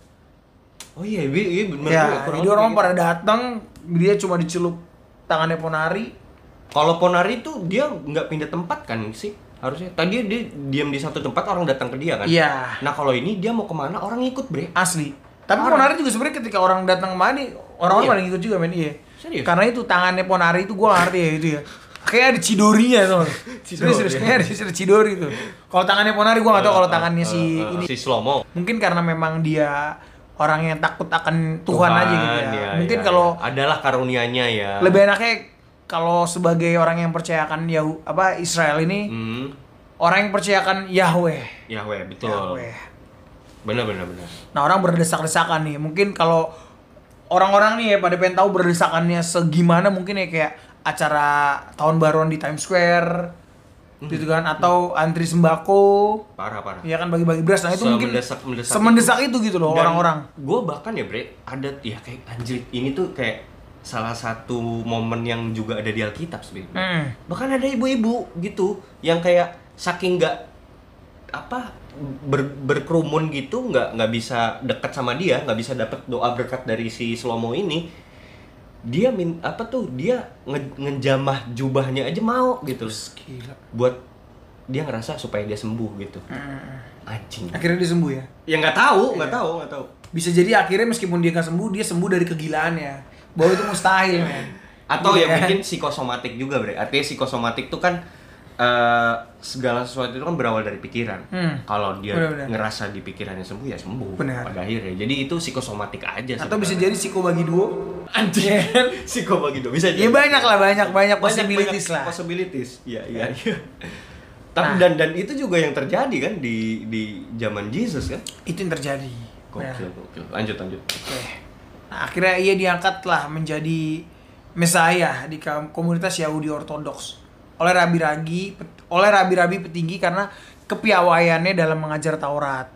Oh iya, iya, iya benar. Ya, jadi orang pada datang, dia cuma dicelup tangannya Ponari. Kalau Ponari tuh dia nggak pindah tempat kan sih? Harusnya. Tadi dia diam di satu tempat, orang datang ke dia kan? Iya. Nah kalau ini dia mau kemana, orang ikut bre. Asli. Tapi Orang. Ponari juga sebenarnya ketika orang datang kemana, orang-orang Iya. pada ngikut juga men, iya. Serius? Karena itu tangannya Ponari itu gua ngerti ya itu ya. Kayak ada cidorinya tuh. Cidori. Serius, serius kayak ada, ada cidori tuh. Kalau tangannya Ponari gua nggak tahu kalau tangannya si Uh, uh, ini. si Slomo. Mungkin karena memang dia orang yang takut akan Tuhan, aja gitu ya. ya, Mungkin ya, kalau ya. Adalah karunianya ya. lebih enaknya kalau sebagai orang yang percayakan Yahu apa Israel ini, Hmm. orang yang percayakan Yahweh. Yahweh, betul. Yahweh. Benar benar benar. Nah orang berdesak-desakan nih, mungkin kalau orang-orang nih ya pada pengen tahu berdesakannya segimana mungkin ya kayak acara tahun baruan di Times Square, gitu kan, atau antri sembako, Parah parah. ya kan bagi-bagi beras. Nah itu mungkin Semendesak- mendesak semendesak itu, gitu loh Dan orang-orang. Gue bahkan ya bre, ada ya kayak anjir ini tuh kayak salah satu momen yang juga ada di Alkitab sebenarnya. Hmm. Bahkan ada ibu-ibu gitu yang kayak saking nggak apa ber, berkerumun gitu, nggak nggak bisa dekat sama dia, nggak bisa dapat doa berkat dari si Slomo ini, dia min apa tuh dia nge, ngejamah jubahnya aja mau gitu Gila. buat dia ngerasa supaya dia sembuh gitu. Hmm. Anjing. Akhirnya dia sembuh ya. Ya nggak tahu, nggak Iya. tahu, nggak tahu. Bisa jadi akhirnya meskipun dia nggak sembuh, dia sembuh dari kegilaannya. Bahwa itu mustahil, men. Atau Iya ya kan? mungkin psikosomatik juga bre. Artinya psikosomatik itu kan eh, segala sesuatu itu kan berawal dari pikiran. Hmm. Kalau dia Benar-benar. ngerasa di pikirannya sembuh ya sembuh. Benar. Pada akhirnya. Jadi itu psikosomatik aja. Atau bisa jadi psiko bagi duo. anjing. Psiko begitu bisa Ya jadi. banyak lah, banyak banyak Banyak- possibilities banyak lah. Possibilities. Iya iya iya. Tapi Nah. dan dan itu juga yang terjadi kan di di zaman Jesus kan. Itu yang terjadi. Benar. Gokil gokil. Lanjut lanjut. Oke. Nah, akhirnya ia diangkatlah menjadi Mesaya di kaum- komunitas Yahudi Ortodoks oleh rabi-rabi oleh rabi-rabi petinggi karena kepiawaiannya dalam mengajar Taurat.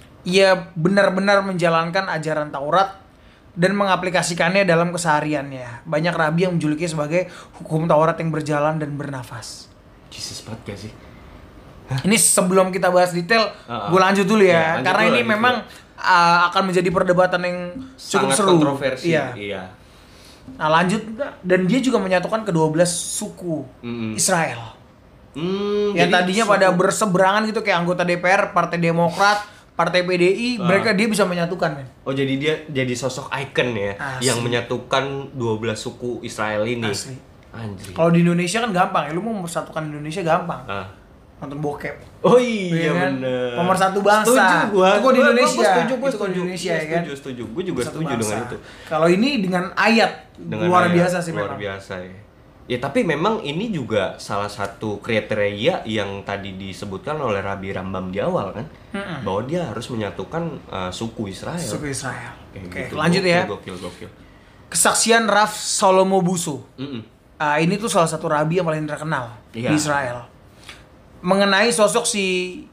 Ia benar-benar menjalankan ajaran Taurat dan mengaplikasikannya dalam kesehariannya. Banyak rabi yang menjulukinya sebagai hukum Taurat yang berjalan dan bernafas. Jesus banget gak sih? Ini sebelum kita bahas detail, Uh-uh. gue lanjut dulu ya, Ya, lanjut karena dulu, ini lanjut memang uh, akan menjadi perdebatan yang cukup Sangat seru. kontroversi. Iya. Iya. Nah lanjut, dan dia juga menyatukan kedua belas suku Mm-mm. Israel Hmm, yang jadi tadinya suku- pada berseberangan gitu kayak anggota D P R, Partai Demokrat, Partai P D I, Ah. mereka dia bisa menyatukan, men. Oh jadi dia jadi sosok ikon ya Asli. yang menyatukan dua belas suku Israel ini. Asli. Anjir. Kalau di Indonesia kan gampang ya, lu mau mempersatukan Indonesia gampang, Ah. nonton bokep. Oh iya Iya kan? bener. Pemersatu bangsa. Setuju gua. Itu kok di Gua- gua- Indonesia. gua setuju, gua Itu kok di setuju. Indonesia, Gua ya kan? Setuju, setuju. Gue juga Satu setuju dengan bangsa. itu. Kalau ini dengan ayat Dengan luar ayat, biasa sih luar memang. biasa ya. Ya tapi memang ini juga salah satu kriteria yang tadi disebutkan oleh Rabi Rambam di awal kan, Mm-mm. bahwa dia harus menyatukan uh, suku Israel. Suku Israel. Kayak Oke, gitu. lanjut Gokil, ya. Gokil, gokil. Kesaksian Rav Salomo Buso. Mm-mm. Ah, ini tuh salah satu rabi yang paling terkenal Iya. di Israel. Mengenai sosok si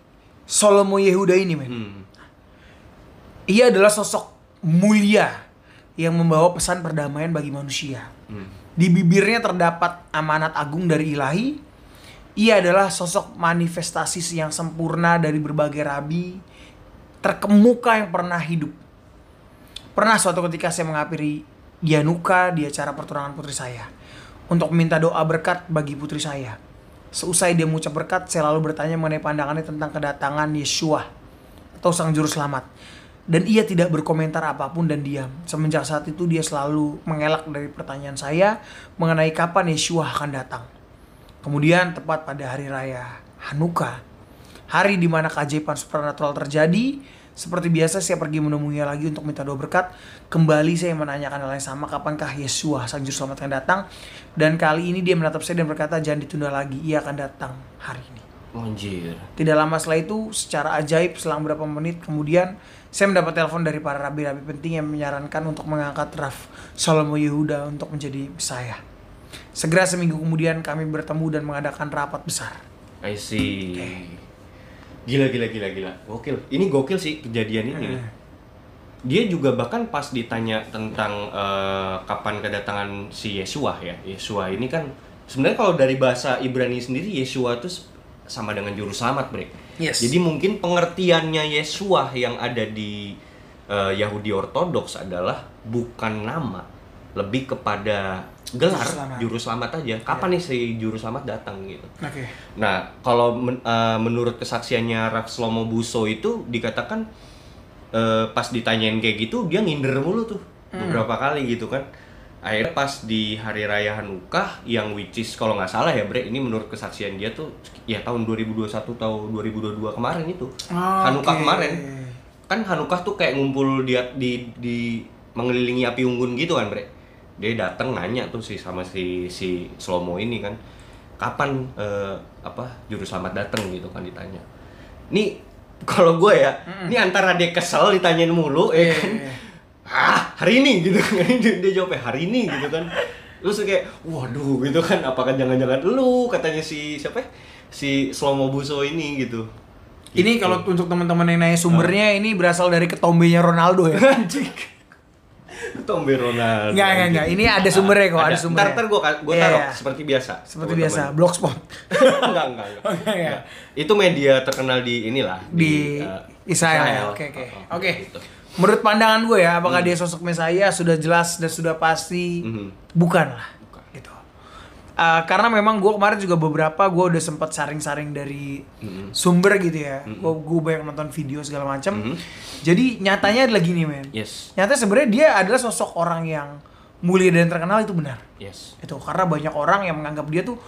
Salomo Yehuda ini, men. Hmm. Ia adalah sosok mulia yang membawa pesan perdamaian bagi manusia. Hmm. Di bibirnya terdapat amanat agung dari Ilahi. Ia adalah sosok manifestasi yang sempurna dari berbagai rabi terkemuka yang pernah hidup. Pernah suatu ketika saya menghampiri Yanuka di acara pertunangan putri saya untuk meminta doa berkat bagi putri saya. Seusai dia mengucap berkat, saya lalu bertanya mengenai pandangannya tentang kedatangan Yeshua atau Sang Juru Selamat. Dan ia tidak berkomentar apapun dan diam. Semenjak saat itu dia selalu mengelak dari pertanyaan saya mengenai kapan Yeshua akan datang. Kemudian tepat pada hari raya Hanukkah, hari di mana keajaiban supernatural terjadi, seperti biasa saya pergi menemuinya lagi untuk minta doa berkat. Kembali saya menanyakan hal yang sama, kapankah Yeshua Sang Juru Selamat akan datang? Dan kali ini dia menatap saya dan berkata, jangan ditunda lagi, ia akan datang hari ini. Anjir. Tidak lama setelah itu, secara ajaib selang beberapa menit kemudian, saya mendapat telepon dari para rabi-rabi penting yang menyarankan untuk mengangkat Rav Shlomo Yehuda untuk menjadi saya. Segera seminggu kemudian kami bertemu dan mengadakan rapat besar. I see. Okay. Gila, gila, gila, gila. Gokil. Ini gokil sih kejadian ini. Hmm. Dia juga bahkan pas ditanya tentang uh, kapan kedatangan si Yeshua ya. Yeshua ini kan sebenarnya kalau dari bahasa Ibrani sendiri Yeshua itu sama dengan juru selamat, Bre. Yes. Jadi mungkin pengertiannya Yeshua yang ada di uh, Yahudi Ortodoks adalah bukan nama, lebih kepada gelar juru selamat, juru selamat aja. Kapan yeah. nih si juru selamat datang gitu. Oke. Okay. Nah, kalau men, uh, menurut kesaksiannya Rav Shlomo Busso itu dikatakan uh, pas ditanyain kayak gitu dia nginder mulu tuh mm. beberapa kali gitu kan. Akhirnya pas di hari raya Hanukkah yang which is kalau nggak salah ya Bre, ini menurut kesaksian dia tuh ya tahun dua ribu dua puluh satu atau dua ribu dua puluh dua kemarin itu. Oh, Hanukkah okay. kemarin. Kan Hanukkah tuh kayak ngumpul di di, di mengelilingi api unggun gitu kan Bre. Dia datang nanya tuh sih sama si si Shlomo ini kan, kapan uh, apa juru selamat datang gitu kan ditanya. Nih kalau gue ya, mm. ini antara dia kesel ditanyain mulu ya kan. Yeah, yeah. Ah, hari ini gitu kan. dia, dia jawabnya hari ini gitu kan. Terus kayak waduh gitu kan, apakah jangan-jangan lu katanya si siapa? Si Shlomo Busso ini gitu. Ini gitu. Kalau untuk teman-teman yang nanya sumbernya, uh. ini berasal dari ketombenya Ronaldo ya. Anjing. Ketombe Ronaldo. Enggak, enggak, enggak. Ini ada sumbernya kok, ada, ada sumbernya. Ntar, ntar gue gue taruh yeah, yeah. seperti biasa. Seperti biasa, Blogspot. enggak, enggak, enggak. Okay, ya. Itu media terkenal di inilah di, di uh, Israel. Oke, oke. Oke. Menurut pandangan gue ya, apakah hmm. dia sosok Mesaya sudah jelas dan sudah pasti hmm. bukan lah. Bukan. Gitu. Uh, karena memang gue kemarin juga beberapa gue udah sempat saring-saring dari hmm. sumber gitu ya. Hmm. Gue gue banyak nonton video segala macam. Hmm. Jadi nyatanya adalah gini men. Yes. Nyatanya sebenarnya dia adalah sosok orang yang mulia dan terkenal, itu benar. Yes. Itu karena banyak orang yang menganggap dia tuh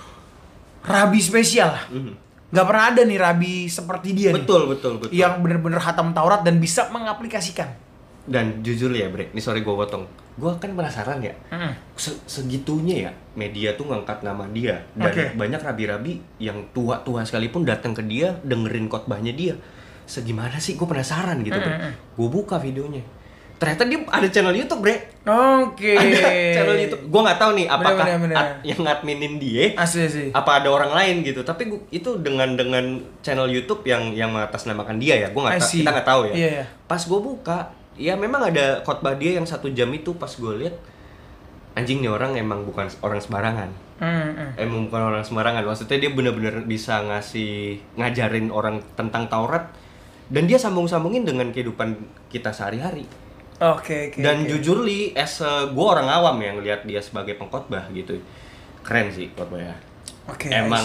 rabi spesial lah. Hmm. Gak pernah ada nih rabi seperti dia betul, nih. Betul, betul, betul. Yang benar-benar khatam Taurat dan bisa mengaplikasikan. Dan jujur ya Bre, ini sorry gue potong. Gue kan penasaran ya, mm. segitunya ya media tuh ngangkat nama dia. Dan okay. banyak rabi-rabi yang tua-tua sekalipun datang ke dia, dengerin khotbahnya dia. Segimana sih, gue penasaran gitu mm. Bre. Gue buka videonya, ternyata dia ada channel YouTube Bre. Oke. Okay. Ada channel YouTube. Gue nggak tahu nih apakah bener, bener, bener. Ad, yang ngadminin dia, asli sih. Apa ada orang lain gitu. Tapi gua, itu dengan dengan channel YouTube yang yang mengatasnamakan dia ya. Gue nggak ta- kita nggak tahu ya. Yeah, yeah. Pas gue buka, ya memang ada khotbah dia yang satu jam itu. Pas gue lihat, anjing nih orang emang bukan orang sembarangan. Mm-hmm. Emang bukan orang sembarangan. Maksudnya dia benar-benar bisa ngasih ngajarin orang tentang Taurat dan dia sambung-sambungin dengan kehidupan kita sehari-hari. Oke, okay, okay, dan okay. jujur li, as a, gue orang awam yang lihat dia sebagai pengkhotbah gitu, keren sih khotbahnya. Oke. Okay, emang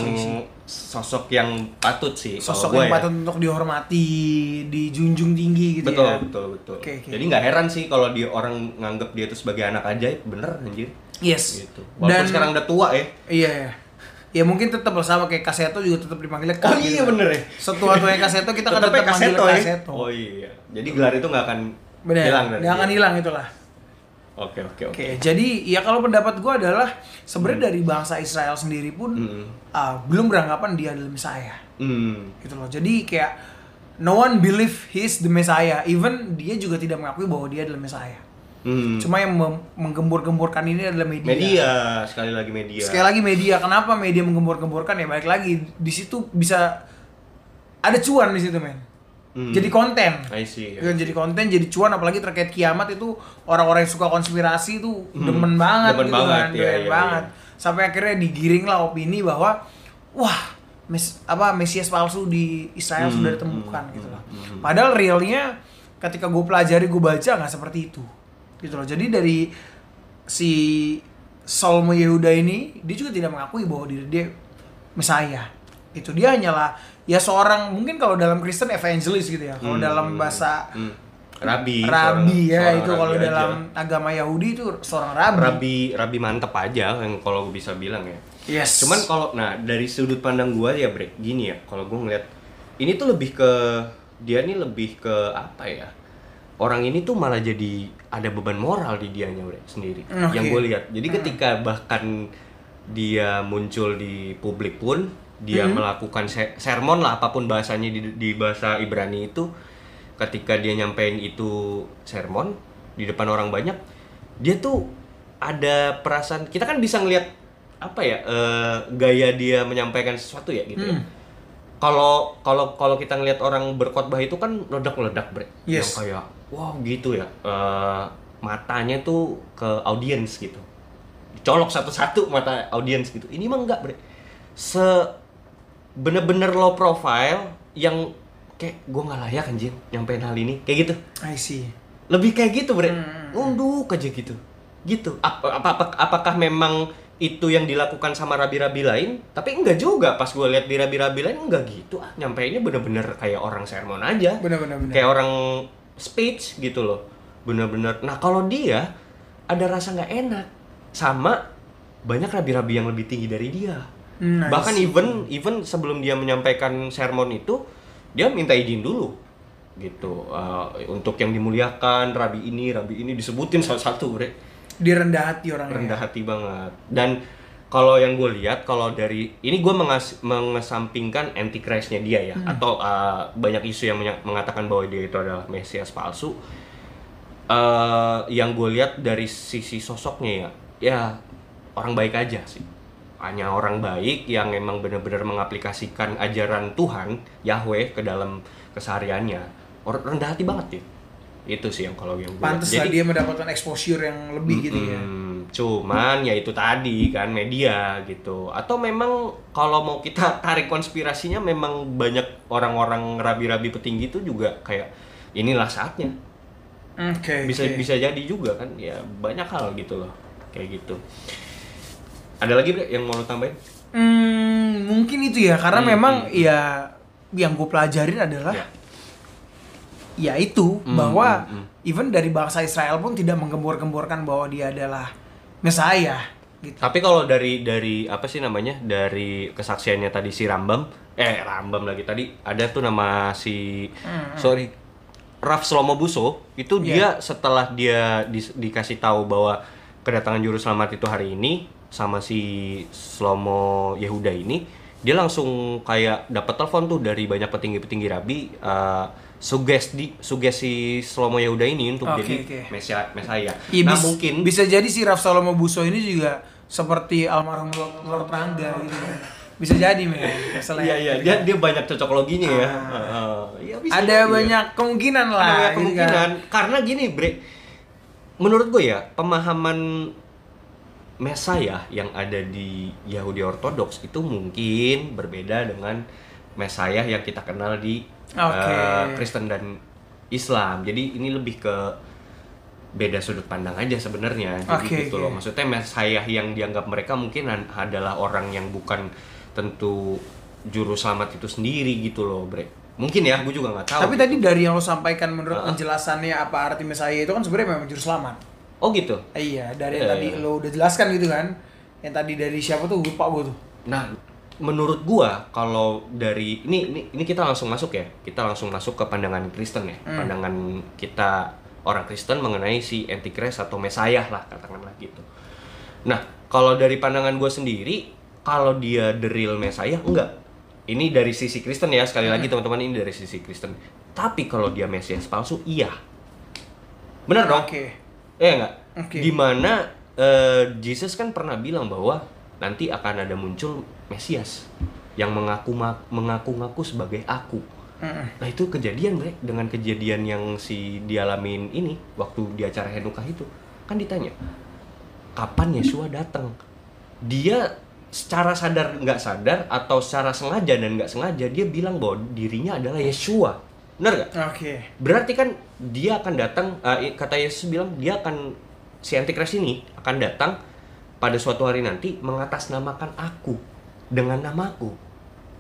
sosok yang patut sih. Sosok yang ya. patut untuk dihormati, dijunjung tinggi gitu betul, ya. Betul, betul, betul. Okay, okay. Jadi nggak heran sih kalau dia orang nganggap dia itu sebagai anak ajaib, bener anjir. Yes. Gitu. Walaupun dan sekarang udah tua ya. Iya. Ya. Ya mungkin tetap sama kayak Kaseto juga tetap dipanggilnya Kak. Oh iya gitu. bener ya. Setua-tuanya Kaseto kita kan tetap manggil Kaseto. Ya? Oh iya. Jadi gelar itu nggak akan bener, hilang nggak akan hilang itulah. Oke oke oke. Jadi ya kalau pendapat gue adalah sebenarnya hmm. dari bangsa Israel sendiri pun hmm. uh, belum beranggapan dia adalah Messiah. Hmm. Gitu loh. Jadi kayak no one believe he's the Messiah. Even dia juga tidak mengakui bahwa dia adalah Messiah. Hmm. Cuma yang mem- menggembur-gemburkan ini adalah media. Media, sekali lagi media. Sekali lagi media. Kenapa media menggembur-gemburkan ya? Balik lagi di situ bisa ada cuan di situ men. Hmm. Jadi konten. I see. Ya, jadi konten, jadi cuan, apalagi terkait kiamat itu orang-orang yang suka konspirasi itu hmm. demen banget demen gitu banget, kan, ya, demen ya, banget. Ya. Sampai akhirnya digiring lah opini bahwa wah, mes, apa Mesias palsu di Israel hmm. sudah ditemukan hmm. gitu loh. Hmm. Padahal realnya ketika gue pelajari, gue baca nggak seperti itu. Gitu loh. Jadi dari si Shlomo Yehuda ini dia juga tidak mengakui bahwa dia dia Mesias. Itu dia hanyalah ya seorang, mungkin kalau dalam Kristen evangelis gitu ya. Kalau hmm, dalam bahasa hmm. Rabi, Rabi seorang, ya seorang itu rabi kalau aja. dalam agama Yahudi itu seorang rabi. Rabi, rabi mantep aja yang kalau gue bisa bilang ya. Yes. Cuman kalau nah dari sudut pandang gue ya Bre, gini ya, kalau gue ngeliat ini tuh lebih ke dia nih lebih ke apa ya? Orang ini tuh malah jadi ada beban moral di dianya Bre sendiri. Okay. Yang gue lihat. Jadi hmm. ketika bahkan dia muncul di publik pun dia hmm. melakukan sermon lah apapun bahasanya di, di bahasa Ibrani itu, ketika dia nyampein itu sermon di depan orang banyak, dia tuh ada perasaan, kita kan bisa ngelihat apa ya uh, gaya dia menyampaikan sesuatu ya gitu. Hmm. ya. Kalau kalau kalau kita ngelihat orang berkhotbah itu kan ledak-ledak Bre, yes. yang kayak wow gitu ya, uh, matanya tuh ke audiens gitu, dicolok satu-satu mata audiens gitu. Ini mah enggak Bre, se bener-bener low profile yang kayak gue nggak layak anjir nyampein hal ini kayak gitu. I see. Lebih kayak gitu Bre, hmm. nunduk aja gitu gitu. Apa, apa, apa apakah memang itu yang dilakukan sama rabi-rabi lain? Tapi enggak juga, pas gue lihat di rabi-rabi lain enggak gitu ah, nyampeinnya bener-bener kayak orang sermon aja, bener-bener kayak orang speech gitu loh, bener-bener. Nah kalau dia ada rasa nggak enak sama banyak rabi-rabi yang lebih tinggi dari dia. Nice. Bahkan even even sebelum dia menyampaikan sermon itu, dia minta izin dulu gitu, uh, untuk yang dimuliakan rabi ini, rabi ini disebutin satu-satu Bre. Dia rendah hati orangnya. Rendah hati banget. Dan kalau yang gue lihat, kalau dari ini gue mengas- mengesampingkan antichrist-nya dia ya, hmm. atau uh, banyak isu yang menya- mengatakan bahwa dia itu adalah Mesias palsu. Uh, yang gue lihat dari sisi sosoknya ya, ya orang baik aja sih. Hanya orang baik yang memang benar-benar mengaplikasikan ajaran Tuhan Yahweh ke dalam kesehariannya. Orang rendah hati banget ya. Itu sih yang kalau yang gue pantes lah dia mendapatkan exposure yang lebih gitu ya. Cuman ya itu tadi kan media gitu. Atau memang kalau mau kita tarik konspirasinya, memang banyak orang-orang rabi-rabi petinggi itu juga kayak inilah saatnya. Oke. Okay, bisa okay. bisa jadi juga kan ya, banyak hal gitu loh kayak gitu. Ada lagi Bre yang mau lo tambahin? Hmm, mungkin itu ya karena hmm, memang hmm, ya yang gue pelajarin adalah ya. Ya itu hmm, bahwa hmm, hmm. even dari bangsa Israel pun tidak menggembor-gemborkan bahwa dia adalah Mesias gitu. Tapi kalau dari dari apa sih namanya, dari kesaksiannya tadi si Rambam eh Rambam lagi tadi ada tuh nama si hmm, sorry Rav Shlomo Busso itu yeah. Dia setelah dia di, dikasih tahu bahwa kedatangan Juru Selamat itu hari ini sama si Shlomo Yehuda ini, dia langsung kayak dapat telepon tuh dari banyak petinggi-petinggi rabi, uh, sugesti sugesti Shlomo Yehuda ini untuk okay, jadi okay. Mesias Mesias. Ya, nah bis, mungkin bisa jadi si Rav Shlomo Busso ini juga seperti almarhum Lord Rangga gitu kan. Bisa jadi men. Iya iya, dia dia banyak cocok loginya ah. ya. Uh, ya bisa ada jadi, banyak ya. kemungkinan lah. Ada gitu kemungkinan kan. Karena gini Bre, menurut gue ya pemahaman Mesias yang ada di Yahudi Ortodoks itu mungkin berbeda dengan Mesias yang kita kenal di okay. uh, Kristen dan Islam. Jadi ini lebih ke beda sudut pandang aja sebenarnya. Jadi okay, gitu okay. loh. Maksudnya Mesias yang dianggap mereka mungkin adalah orang yang bukan tentu juru selamat itu sendiri gitu loh, Bre. Mungkin ya, gue juga nggak tahu. Tapi gitu. tadi dari yang lo sampaikan menurut uh-huh. penjelasannya apa arti Mesias itu kan sebenarnya memang juru selamat. Oh gitu? Eh, iya, dari yang eh. tadi lo udah jelaskan gitu kan. Yang tadi dari siapa tuh, lupa gue tuh. Nah, menurut gua kalau dari ini ini ini kita langsung masuk ya. Kita langsung masuk ke pandangan Kristen ya. Hmm. Pandangan kita orang Kristen mengenai si Antichrist atau Mesias lah katakanlah gitu. Nah, kalau dari pandangan gua sendiri, kalau dia the real Mesias enggak. Ini dari sisi Kristen ya, sekali hmm. lagi teman-teman, ini dari sisi Kristen. Tapi kalau dia Mesias palsu, iya. Benar dong? Oke. Okay. Iya enggak? Okay. Dimana uh, Jesus kan pernah bilang bahwa nanti akan ada muncul Mesias yang mengaku mengaku-ngaku sebagai aku. Mm. Nah itu kejadian Bre, dengan kejadian yang si dialamin ini waktu di acara Henukah itu kan ditanya kapan Yesua datang. Dia secara sadar nggak sadar atau secara sengaja dan nggak sengaja dia bilang bahwa dirinya adalah Yesua. Benar nggak? Oke. Okay. Berarti kan dia akan datang, uh, kata Yesus bilang dia akan, si Antikris ini akan datang pada suatu hari nanti mengatasnamakan aku dengan namaku.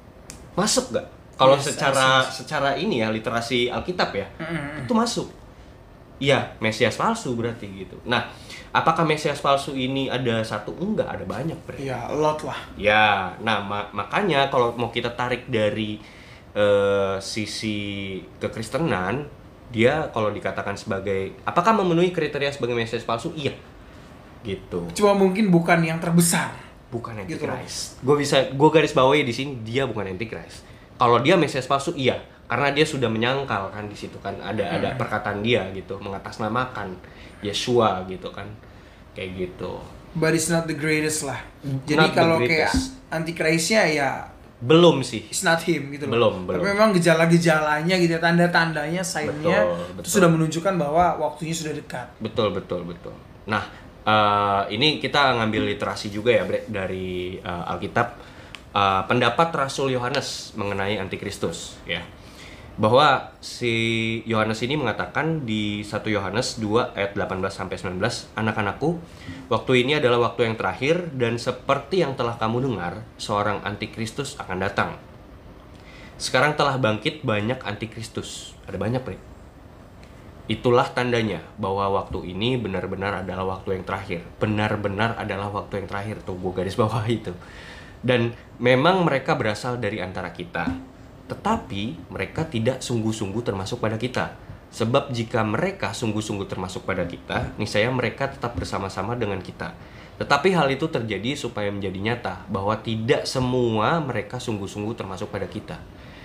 Masuk nggak? Kalau yes, secara yes, yes. secara ini ya literasi Alkitab ya, mm-hmm. itu masuk. iya Mesias palsu berarti gitu. Nah, apakah Mesias palsu ini ada satu? Enggak, ada banyak berarti. Ya, a lot lah. Ya, nah ma- makanya kalau mau kita tarik dari uh, sisi kekristenan, dia kalau dikatakan sebagai apakah memenuhi kriteria sebagai Mesias palsu? Iya. Gitu. Cuma mungkin bukan yang terbesar. Bukan Gitu antichrist. Gue bisa gue garis bawahi di sini dia bukan antichrist. Kalau dia Mesias palsu iya, karena dia sudah menyangkal kan di situ kan ada hmm. ada perkataan dia gitu, mengatasnamakan Yeshua gitu kan. Kayak gitu. But it's not the greatest lah. Not Jadi kalau the kayak greatest. antichrist-nya ya belum sih. it's not him gitu loh. Belum, belum. Tapi memang gejala-gejalanya gitu, tanda-tandanya, sign-nya Betul, itu betul. sudah menunjukkan bahwa waktunya sudah dekat. Betul, betul, betul. Nah, uh, ini kita ngambil literasi juga ya Bre, dari uh, Alkitab. Uh, pendapat Rasul Yohanes mengenai Antikristus ya. Bahwa si Yohanes ini mengatakan di satu Yohanes dua ayat delapan belas sampai sembilan belas, anak-anakku, waktu ini adalah waktu yang terakhir dan seperti yang telah kamu dengar, seorang Antikristus akan datang. Sekarang telah bangkit banyak Antikristus. Ada banyak, Bre. Itulah tandanya bahwa waktu ini benar-benar adalah waktu yang terakhir. Benar-benar adalah waktu yang terakhir. Tuh, gue garis bawah itu. Dan memang mereka berasal dari antara kita. Tetapi mereka tidak sungguh-sungguh termasuk pada kita. Sebab jika mereka sungguh-sungguh termasuk pada kita, niscaya mereka tetap bersama-sama dengan kita. Tetapi hal itu terjadi supaya menjadi nyata bahwa tidak semua mereka sungguh-sungguh termasuk pada kita.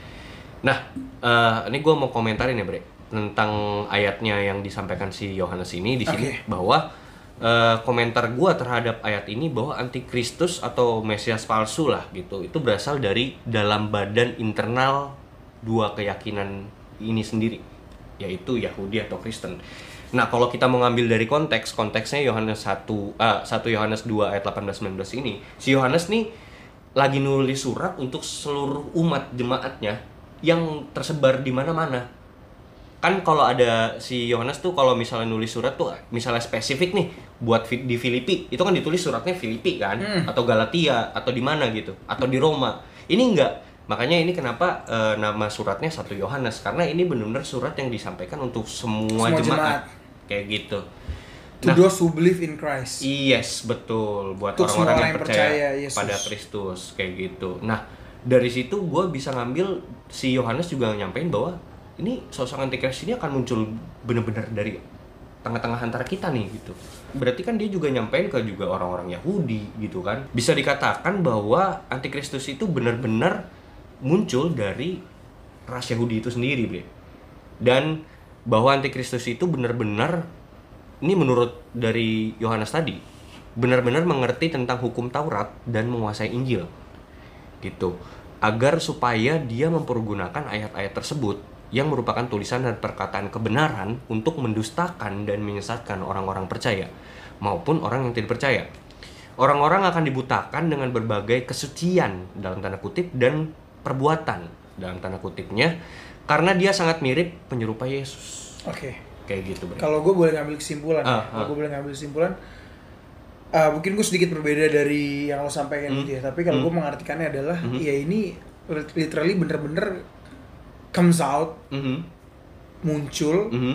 Nah, uh, ini gue mau komentarin ya Bre, tentang ayatnya yang disampaikan si Yohanes ini di sini. Okay. Bahwa Uh, komentar gue terhadap ayat ini bahwa antikristus atau Mesias palsu lah gitu, itu berasal dari dalam badan internal dua keyakinan ini sendiri, yaitu Yahudi atau Kristen. Nah, kalau kita mau ngambil dari konteks, konteksnya Yohanes satu, uh, satu Yohanes dua ayat delapan belas sampai sembilan belas ini, si Yohanes nih lagi nulis surat untuk seluruh umat jemaatnya yang tersebar di mana-mana. Kan kalau ada si Yohanes tuh kalau misalnya nulis surat tuh misalnya spesifik nih buat di Filipi, itu kan ditulis suratnya Filipi kan, hmm. atau Galatia atau di mana gitu, atau di Roma. Ini enggak. Makanya ini kenapa e, nama suratnya satu Yohanes, karena ini benar-benar surat yang disampaikan untuk semua, semua jemaat. jemaat kayak gitu. To nah, those who believe in Christ. Yes, betul, buat orang-orang yang, yang percaya, percaya pada Kristus kayak gitu. Nah, dari situ gue bisa ngambil si Yohanes juga nyampein bahwa ini sosok antikristus ini akan muncul benar-benar dari tengah-tengah antara kita nih gitu. Berarti kan dia juga nyampein ke juga orang-orang Yahudi gitu kan. Bisa dikatakan bahwa antikristus itu benar-benar muncul dari ras Yahudi itu sendiri, Bre. Dan bahwa antikristus itu benar-benar, ini menurut dari Yohanes tadi, benar-benar mengerti tentang hukum Taurat dan menguasai Injil gitu. Agar supaya dia mempergunakan ayat-ayat tersebut yang merupakan tulisan dan perkataan kebenaran untuk mendustakan dan menyesatkan orang-orang percaya maupun orang yang tidak percaya. Orang-orang akan dibutakan dengan berbagai kesucian dalam tanda kutip dan perbuatan dalam tanda kutipnya karena dia sangat mirip penyerupai Yesus. Oke. Okay. Kayak gitu. Kalau gue boleh ngambil kesimpulan, uh, ya. Kalau uh. gue boleh ngambil kesimpulan, uh, mungkin gue sedikit berbeda dari yang lo sampaikan hmm. gitu ya. Tapi kalau hmm. gue mengartikannya adalah, hmm. ya ini literally bener-bener comes out, mm-hmm. muncul mm-hmm.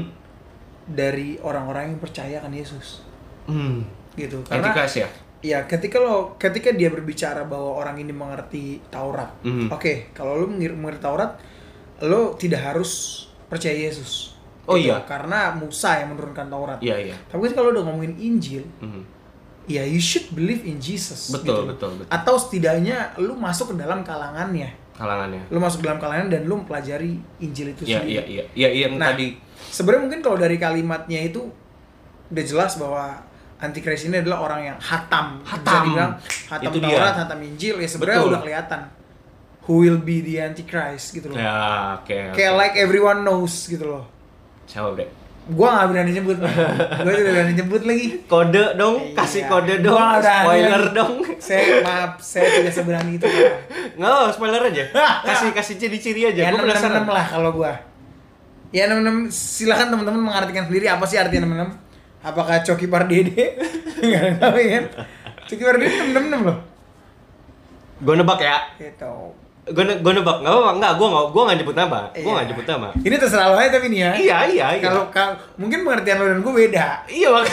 dari orang-orang yang percaya akan Yesus, mm. gitu. Karena ya? Ya, ketika lo, ketika dia berbicara bahwa orang ini mengerti Taurat, mm-hmm. oke, okay, kalau lo mengerti Taurat, lo tidak harus percaya Yesus. Oh gitu, iya. Karena Musa yang menurunkan Taurat. Iya iya. Tapi kalau udah ngomongin Injil, mm-hmm. ya you should believe in Jesus. Betul gitu. betul betul. Atau setidaknya lo masuk ke dalam kalangannya. kalangannya. Lu masuk dalam kalangan dan lu mempelajari Injil itu ya, sendiri. Iya iya iya. Iya yang nah, tadi. Sebenarnya mungkin kalau dari kalimatnya itu udah jelas bahwa antikristus ini adalah orang yang hatam. Hatam. Bisa dibilang hatam itu Taurat, dia. hatam Injil. Ya sebenarnya udah kelihatan who will be the antichrist gitu loh. Ya, oke. Okay, Kayak okay. like everyone knows gitu loh. Siapa, Bre? Gua gak berani nyebut. Gua tidak berani nyebut lagi. Kode dong, iya. Kasih kode dong. Spoiler dong. Saya maaf, saya tidak seberani itu. Nggak, spoiler aja. Kasih kasih ciri-ciri aja. Ya, Gua penasaran lah kalau gua. Ya enam enam silakan teman-teman mengartikan sendiri apa sih arti enam enam. Apakah Coki Pardede? Enggak tahu kan. Coki Pardede enam enam loh. Gua nebak ya. Gitu. Gue gue nebak, nggak apa nggak, gue nggak gue nggak nyebut nama, gue Iya. nggak nyebut nama. Ini terserah lo aja tapi nih ya. Iya iya iya. Kalau kalau- mungkin pengertian lo dan gue beda. Iya bang.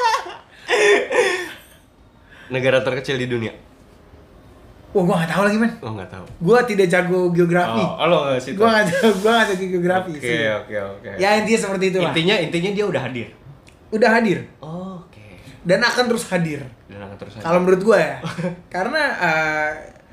Negara terkecil di dunia. Wah, gue nggak tahu lagi men. Oh nggak tahu. Gue tidak jago geografi. Oh, lo nggak situ. Gue nggak jago, gue nggak jago geografi. Oke sih. oke oke. Ya intinya seperti itulah. Intinya intinya dia udah hadir. Udah hadir Oh, oke. dan akan terus hadir. Dan akan terus hadir. Kalau menurut gue ya, karena uh,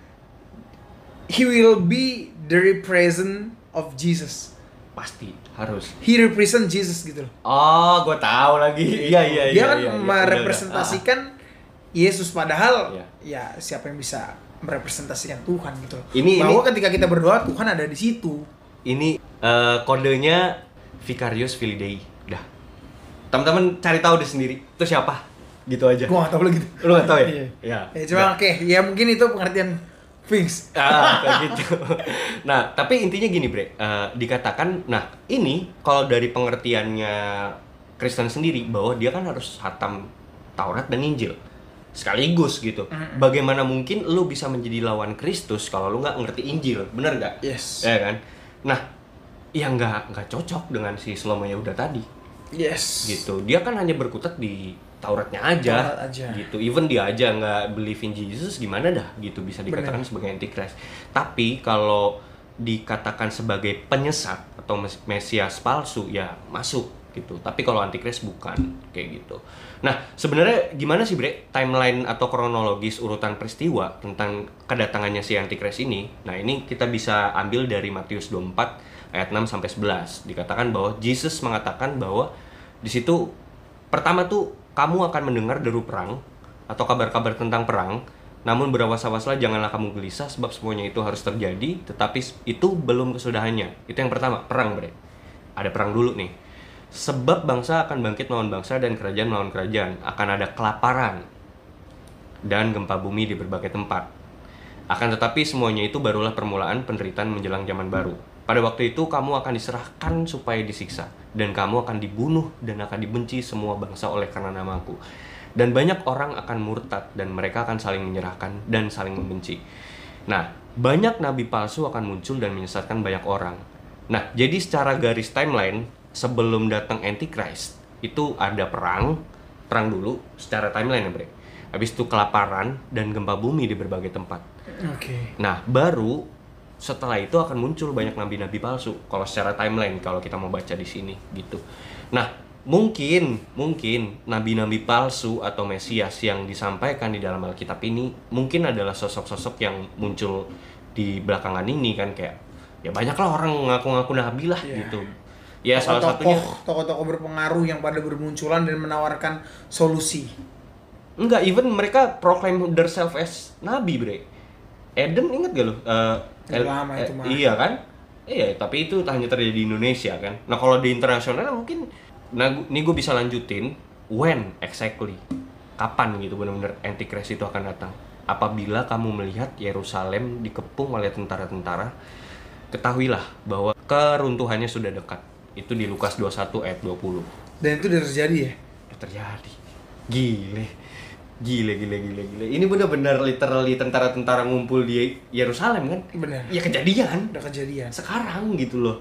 he will be the represent of Jesus. Pasti harus. He represent Jesus gitu loh. Oh, gue tahu lagi. Iya iya iya. Dia kan iya, iya. merepresentasikan Yesus, padahal Iya. ya siapa yang bisa merepresentasikan Tuhan gitu loh. Ini- Bahwa ini- ketika kita berdoa Tuhan ada di situ. Ini eh, kodenya Vicarius Filii. Dah. Teman-teman cari tahu deh sendiri. Itu siapa? Gitu aja. Gua gak tahu lagi. Lu nggak tahu ya? Iya. Iya. Ya, cuma oke, ya mungkin itu pengertian Vince. Ah, kayak gitu. Nah, tapi intinya gini, Bre. Eh, dikatakan, nah ini kalau dari pengertiannya Kristen sendiri bahwa dia kan harus hatam Taurat dan Injil sekaligus gitu. Bagaimana mungkin lu bisa menjadi lawan Kristus kalau lu nggak ngerti Injil, bener nggak? Yes. Ya kan? Nah, ya nggak nggak cocok dengan si Shlomo Yehuda tadi, Yes. gitu. Dia kan hanya berkutat di Tauratnya aja, Taurat aja. gitu. Even dia aja nggak believe in Jesus, gimana dah, gitu bisa dikatakan Bener. sebagai antichrist. Tapi kalau dikatakan sebagai penyesat atau mes- mesias palsu, ya masuk gitu. Tapi kalau antichrist bukan, kayak gitu. Nah, sebenarnya gimana sih, Bre, timeline atau kronologis urutan peristiwa tentang kedatangannya si antichrist ini? Nah, ini kita bisa ambil dari Matius dua puluh empat ayat enam sampai sebelas. Dikatakan bahwa Jesus mengatakan bahwa di situ pertama tuh kamu akan mendengar deru perang atau kabar-kabar tentang perang, namun berawas-awaslah janganlah kamu gelisah sebab semuanya itu harus terjadi, tetapi itu belum kesudahannya. Itu yang pertama, perang, Bre. Ada perang dulu nih. Sebab bangsa akan bangkit melawan bangsa dan kerajaan melawan kerajaan, akan ada kelaparan dan gempa bumi di berbagai tempat. Akan tetapi semuanya itu barulah permulaan penderitaan menjelang zaman baru. Pada waktu itu kamu akan diserahkan supaya disiksa, dan kamu akan dibunuh dan akan dibenci semua bangsa oleh karena namaku. Dan banyak orang akan murtad dan mereka akan saling menyerahkan dan saling membenci. Nah, banyak nabi palsu akan muncul dan menyesatkan banyak orang. Nah, jadi secara garis timeline sebelum datang Antichrist itu ada perang, perang dulu secara timeline ya, Bre. Habis itu kelaparan dan gempa bumi di berbagai tempat. Oke. Nah, baru setelah itu akan muncul banyak nabi-nabi palsu. Kalau secara timeline, kalau kita mau baca di sini, gitu. Nah, mungkin, mungkin nabi-nabi palsu atau Mesias yang disampaikan di dalam Alkitab ini mungkin adalah sosok-sosok yang muncul di belakangan ini kan, kayak ya banyaklah orang ngaku-ngaku nabi lah, Iya. gitu. Ya salah satunya Tokoh-tokoh tokoh-tokoh berpengaruh yang pada bermunculan dan menawarkan solusi. enggak, even mereka proclaim themselves as nabi, Bre. Eden inget gak lo? Uh, Udah lama itu mah. Iya kan? Iya, tapi itu hanya terjadi di Indonesia kan. Nah, kalau di internasional mungkin, nah gu- ini gue bisa lanjutin when exactly, kapan gitu benar-benar Antichrist itu akan datang. Apabila kamu melihat Yerusalem dikepung oleh tentara-tentara, ketahuilah bahwa keruntuhannya sudah dekat. Itu di Lukas dua puluh satu ayat dua puluh. Dan itu udah terjadi ya? Udah terjadi. Gile. Gile, gile, gile, gile. Ini benar-benar literally tentara-tentara ngumpul di Yerusalem kan? Benar. Ya kejadian. Udah kejadian. Sekarang gitu loh.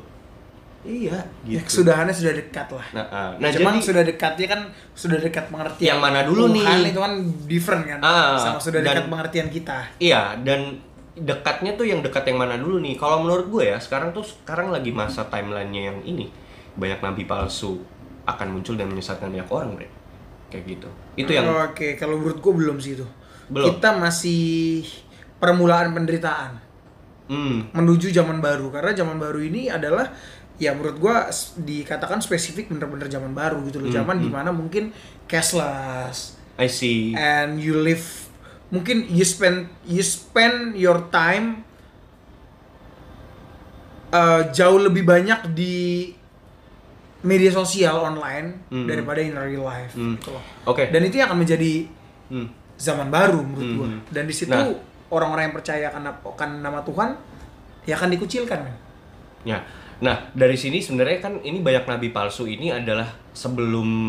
Iya, gitu. Ya, kesudahannya sudah dekat lah. Nah, ah, nah Cuman jadi sudah dekatnya kan sudah dekat pengertian. Yang mana dulu Tuhan nih? itu kan different kan, Ah, sama sudah dan- dekat pengertian kita. iya, dan dekatnya tuh yang dekat yang mana dulu nih? Kalau menurut gue ya, sekarang tuh sekarang lagi masa timelinenya yang ini. Banyak nabi palsu akan muncul dan menyesatkan banyak orang, Bre. Kayak gitu. Itu yang Oke, kalau menurut gua belum sih itu. Belum. Kita masih permulaan penderitaan hmm, menuju zaman baru, karena zaman baru ini adalah ya menurut gua s- dikatakan spesifik bener-bener zaman baru gitu loh. Hmm, Zaman hmm. dimana mungkin cashless I see. and you live, mungkin you spend you spend your time uh, jauh lebih banyak di media sosial online Hmm. daripada in real life Hmm. gitu loh. Oke. Dan itu yang akan menjadi Hmm. zaman baru menurut Hmm. gua. Dan di situ Nah. orang-orang yang percaya akan akan nama Tuhan ya akan dikucilkan kan. Ya. Nah, dari sini sebenarnya kan ini banyak nabi palsu ini adalah sebelum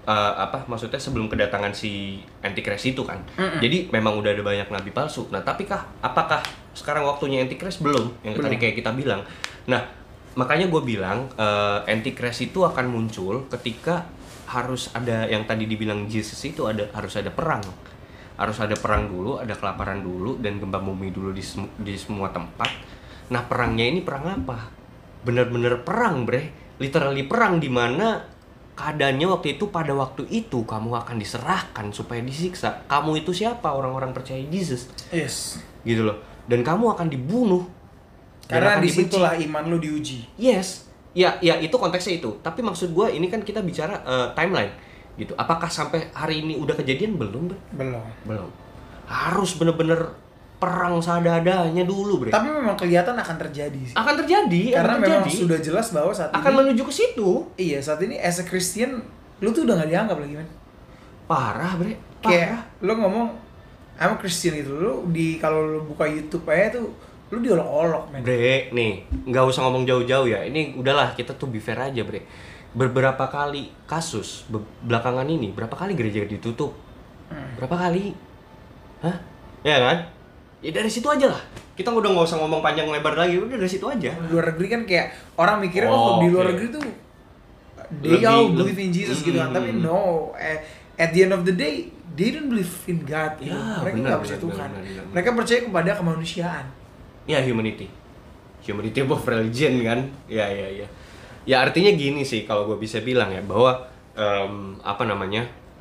uh, apa maksudnya sebelum kedatangan si Antichrist itu kan. Mm-mm. Jadi memang udah ada banyak nabi palsu. Nah, tapi kah apakah sekarang waktunya Antichrist? Belum. Yang belum. Tadi kayak kita bilang. Nah, makanya gue bilang uh, Antichrist itu akan muncul ketika harus ada yang tadi dibilang Jesus itu ada harus ada perang. Harus ada perang dulu, ada kelaparan dulu dan gempa bumi dulu di semu- di semua tempat. Nah, perangnya ini perang apa? Bener-bener perang, bre. Literally perang di mana keadaannya waktu itu pada waktu itu kamu akan diserahkan supaya disiksa. Kamu itu siapa? Orang-orang percaya Yesus. Yes. Gitu loh. Dan kamu akan dibunuh. Karena disitulah iman lu diuji. Yes. Ya, ya itu konteksnya itu. Tapi maksud gue ini kan kita bicara uh, timeline gitu. Apakah sampai hari ini udah kejadian? Belum, bre? Belum. Belum. Harus bener-bener perang seadanya dulu, bre. Tapi memang kelihatan akan terjadi sih. Akan terjadi. Karena akan memang terjadi. sudah jelas bahwa saat akan ini menuju ke situ. Iya, saat ini as a Christian lu tuh udah gak dianggap lagi, men. Parah, bre. Parah. Kayak lu ngomong I'm a Christian gitu, lu di kalau lu buka YouTube aja tuh lu diolok-olok, men. Bre, nih, nggak usah ngomong jauh-jauh ya. Ini udahlah, kita tuh be fair aja, bre. Beberapa kali kasus be- belakangan ini, berapa kali gereja ditutup? Hmm. Berapa kali? Hah? Ya kan? Ya dari situ aja lah. Kita udah nggak usah ngomong panjang lebar lagi, udah dari situ aja. Di luar negeri kan kayak orang mikirnya oh, oh di luar okay. negeri tuh they Lebih, all le- believe in Jesus mm, gitu kan. Tapi no, eh, at the end of the day they don't believe in God. Gitu. Ya, Mereka benar, nggak percaya benar, Tuhan. benar, benar, benar. Mereka percaya kepada kemanusiaan. Ya, humanity. Humanity above religion kan. Ya, ya, ya. Ya artinya gini sih kalau gue bisa bilang ya bahwa um, apa namanya?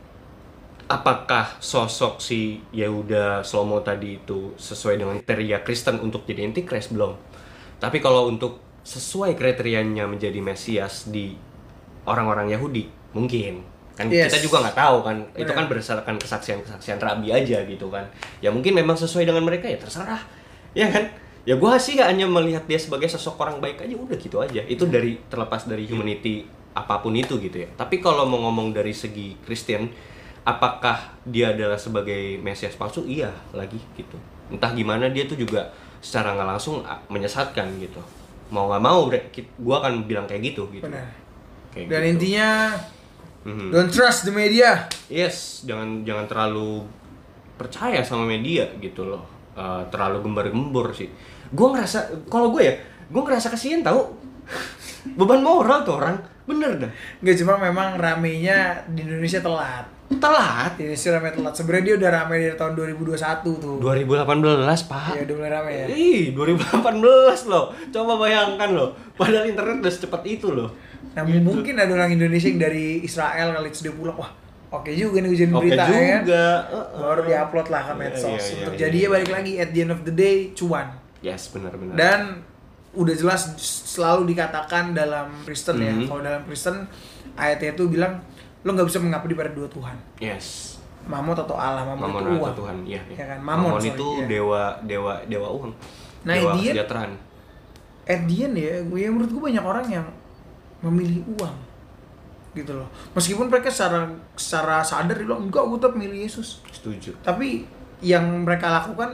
Apakah sosok si Yehuda Shlomo tadi itu sesuai dengan kriteria Kristen untuk jadi Antichrist? Belum. Tapi kalau untuk sesuai kriterianya menjadi Mesias di orang-orang Yahudi, mungkin. Kan yes. Kita juga nggak tahu kan. Bener. Itu kan berdasarkan kesaksian-kesaksian rabi aja gitu kan. Ya mungkin memang sesuai dengan mereka ya terserah. Ya kan? Ya gue sih hanya melihat dia sebagai sosok orang baik aja, udah gitu aja. Itu dari terlepas dari humanity apapun itu gitu ya. Tapi kalau mau ngomong dari segi Kristen, apakah dia adalah sebagai Mesias palsu? Iya lagi gitu. Entah gimana dia tuh juga secara nggak langsung menyesatkan gitu. Mau nggak mau, gue akan bilang kayak gitu gitu. Benar. Kayak Dan gitu. intinya mm-hmm. don't trust the media. Yes, jangan jangan terlalu percaya sama media gitu loh. Uh, terlalu gembar-gembor sih. Gue ngerasa, kalau gue ya, gue ngerasa kasihan tau. Beban moral tuh orang, bener dah. Gak cuma memang ramenya di Indonesia telat. Telat? Di Indonesia rame telat. Sebenarnya dia udah rame dari tahun dua ribu dua puluh satu tuh. dua ribu delapan belas, Pak. Iya, udah mulai rame ya. Ih, dua ribu delapan belas loh. Coba bayangkan loh. Padahal internet udah secepat itu loh. Nah, gitu. Mungkin ada orang Indonesia yang dari Israel kali itu dia pulang. Wah, oke juga nih ujian okay berita juga. ya. Uh-uh. Baru diupload lah ke medsos. Yeah, yeah, yeah, Untuk yeah, jadi yeah, ya balik yeah. lagi at the end of the day cuan. Yes, benar-benar. Dan udah jelas selalu dikatakan dalam Kristen mm-hmm. ya. Kalau dalam Kristen ayatnya itu bilang lo nggak bisa mengabdi pada dua Tuhan. Yes. Mamon atau Allah, Mamon, Mamon itu uang. atau Tuhan, iya. Ya kan, Mamon, Mamon sorry, itu ya. dewa dewa dewa uang. Nah, dewa Edian, kesejahteraan. At the end ya, gue ya menurut gue banyak orang yang memilih uang. Gitu loh. Meskipun mereka secara secara sadar dia bilang enggak, gue tetap milih Yesus. Setuju. Tapi yang mereka lakukan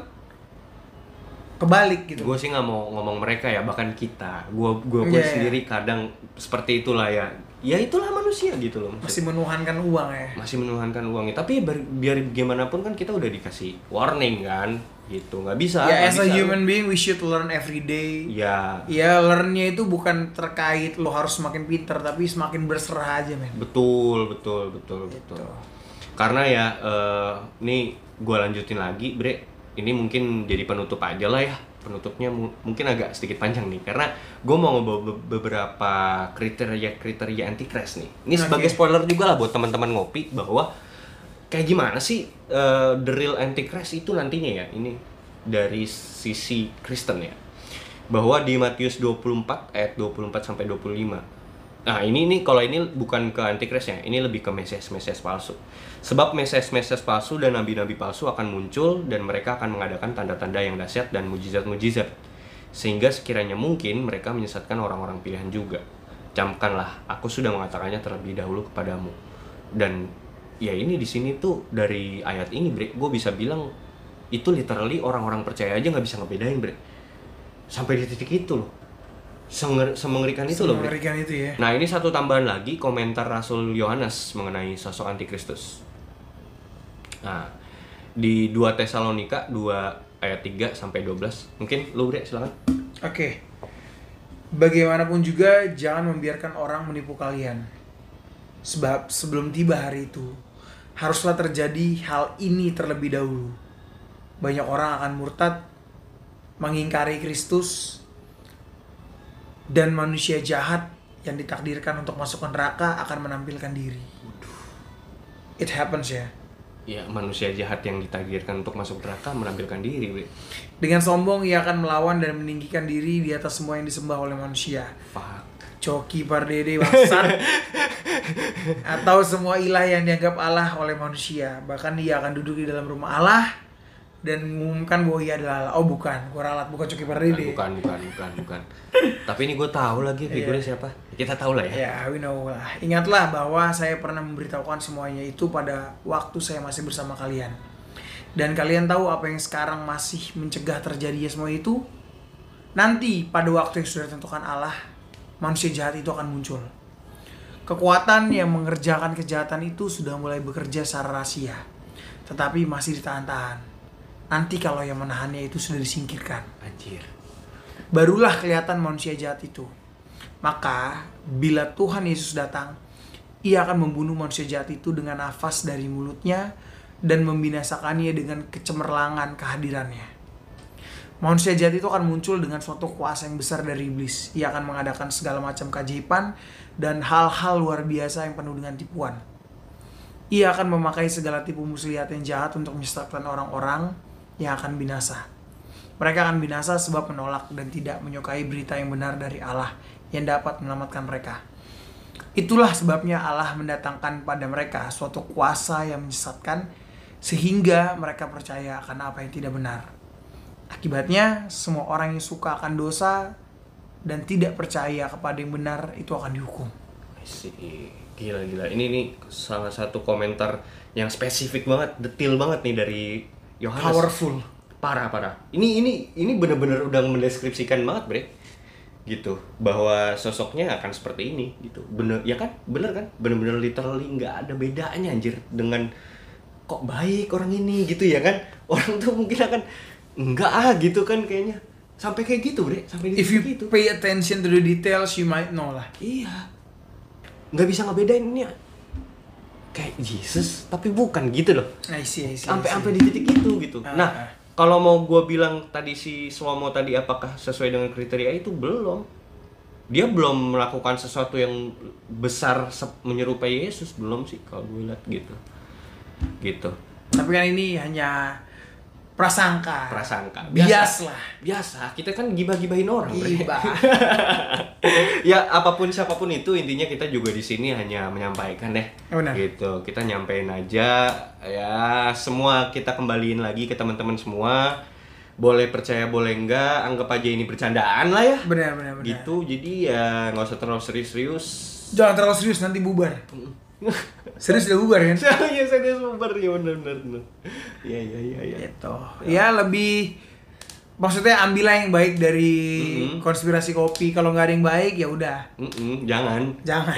kebalik gitu. Gue sih nggak mau ngomong mereka ya, bahkan kita. Gue gue pun yeah, sendiri yeah. kadang seperti itulah ya. Ya itulah manusia gitu loh. Masih menuhankan uang ya. Masih menuhankan uangnya. Tapi biar, biar gimana pun kan kita udah dikasih warning kan, gitu. Nggak bisa. Ya, as bisa. a human being we should learn every day. Ya. Ya, learn-nya itu bukan terkait lo harus semakin pinter, tapi semakin berserah aja, men. Betul, betul, betul, Gitu. betul. Karena ya, uh, nih gue lanjutin lagi, Bre. Ini mungkin jadi penutup aja lah ya. Penutupnya mu- mungkin agak sedikit panjang nih, karena gue mau ngebawa be- beberapa kriteria-kriteria Antichrist nih. Ini sebagai okay. spoiler juga lah buat teman-teman ngopi, bahwa kayak gimana sih uh, the real Antichrist itu nantinya ya. Ini dari sisi Kristen ya. Bahwa di Matius dua puluh empat ayat dua puluh empat sampai dua puluh lima. Nah, ini nih kalau ini bukan ke Antichrist ya, ini lebih ke Mesias-Mesias palsu. Sebab Mesias-Mesias palsu dan nabi-nabi palsu akan muncul dan mereka akan mengadakan tanda-tanda yang dahsyat dan mujizat-mujizat. Sehingga sekiranya mungkin mereka menyesatkan orang-orang pilihan juga. Camkanlah, aku sudah mengatakannya terlebih dahulu kepadamu. Dan ya ini di sini tuh dari ayat ini, Bre, gue bisa bilang itu literally orang-orang percaya aja nggak bisa ngebedain, Bre. Sampai di titik itu loh. Senger, semengerikan itu loh. Semengerikan itu ya. Nah ini satu tambahan lagi komentar Rasul Yohanes mengenai sosok antikristus. Nah di dua Tesalonika dua ayat tiga sampai dua belas. Mungkin lu Bre, silakan. Oke. Okay. Bagaimanapun juga jangan membiarkan orang menipu kalian. Sebab sebelum tiba hari itu haruslah terjadi hal ini terlebih dahulu. Banyak orang akan murtad, mengingkari Kristus, dan manusia jahat yang ditakdirkan untuk masuk ke neraka akan menampilkan diri. It happens ya. Ya, manusia jahat yang ditakdirkan untuk masuk neraka menampilkan diri, Bre. Dengan sombong ia akan melawan dan meninggikan diri di atas semua yang disembah oleh manusia. Fuck. Coki pardede bangsat. Atau semua ilah yang dianggap Allah oleh manusia. Bahkan ia akan duduk di dalam rumah Allah dan mengumumkan bahwa ia adalah Allah. Oh bukan, gue ralat, bukan Coki pardede. Bukan, bukan, bukan, bukan. Tapi ini gue tahu lagi figurnya Yeah. siapa. Kita tahu lah ya. Ya, yeah, we know lah. Ingatlah bahwa saya pernah memberitahukan semuanya itu pada waktu saya masih bersama kalian. Dan kalian tahu apa yang sekarang masih mencegah terjadinya semua itu? Nanti pada waktu yang sudah ditentukan Allah, manusia jahat itu akan muncul. Kekuatan yang mengerjakan kejahatan itu sudah mulai bekerja secara rahasia, tetapi masih ditahan-tahan. Nanti kalau yang menahannya itu sudah disingkirkan, Anjir. barulah kelihatan manusia jahat itu. Maka bila Tuhan Yesus datang, ia akan membunuh manusia jahat itu dengan nafas dari mulutnya dan membinasakannya dengan kecemerlangan kehadirannya. Manusia jahat itu akan muncul dengan suatu kuasa yang besar dari iblis. Ia akan mengadakan segala macam keajaiban dan hal-hal luar biasa yang penuh dengan tipuan. Ia akan memakai segala tipu muslihat yang jahat untuk menyesatkan orang-orang yang akan binasa. Mereka akan binasa sebab menolak dan tidak menyukai berita yang benar dari Allah yang dapat menyelamatkan mereka. Itulah sebabnya Allah mendatangkan pada mereka suatu kuasa yang menyesatkan sehingga mereka percaya akan apa yang tidak benar. Akibatnya semua orang yang suka akan dosa dan tidak percaya kepada yang benar itu akan dihukum. Sih, gila gila. Ini nih salah satu komentar yang spesifik banget, detail banget nih dari Yohanes. Powerful. Parah parah. Ini ini ini benar-benar udah mendeskripsikan banget, Bre. Gitu, bahwa sosoknya akan seperti ini gitu. Bener ya kan? Bener kan? Bener-bener literally nggak ada bedanya anjir dengan kok baik orang ini gitu ya kan? Orang tuh mungkin akan enggak ah gitu kan kayaknya. Sampai kayak gitu, Bre. Sampai If you gitu. pay attention to the details, you might know lah. Iya. Nggak bisa ngebedain ini kayak Jesus, tapi bukan gitu loh. I see, I see. Sampai sampai di titik itu gitu. Ah, Nah, ah. kalau mau gue bilang tadi si Slomo tadi apakah sesuai dengan kriteria itu, belum. Dia belum melakukan sesuatu yang besar se- menyerupai Yesus, belum sih kalau gue lihat gitu. Gitu. Tapi kan ini hanya prasangka. Prasangka. Bias lah. Biasa. Kita kan gibah-gibahin orang, Bre. Gibah. Ya apapun siapapun itu, intinya kita juga di sini hanya menyampaikan deh. Benar. Gitu. Kita nyampein aja ya, semua kita kembaliin lagi ke teman-teman semua. Boleh percaya boleh enggak, anggap aja ini bercandaan lah ya. Benar, benar, benar. Gitu. Jadi ya nggak usah terlalu serius-serius. Jangan terlalu serius nanti bubar. Serius udah bubar kan? Ya serius bubar ya, benar benar. Iya iya iya iya. Gitu. Ya lebih, maksudnya ambillah yang baik dari Mm-hmm. konspirasi kopi. Kalau nggak ada yang baik ya udah. Mm-mm, jangan. Jangan.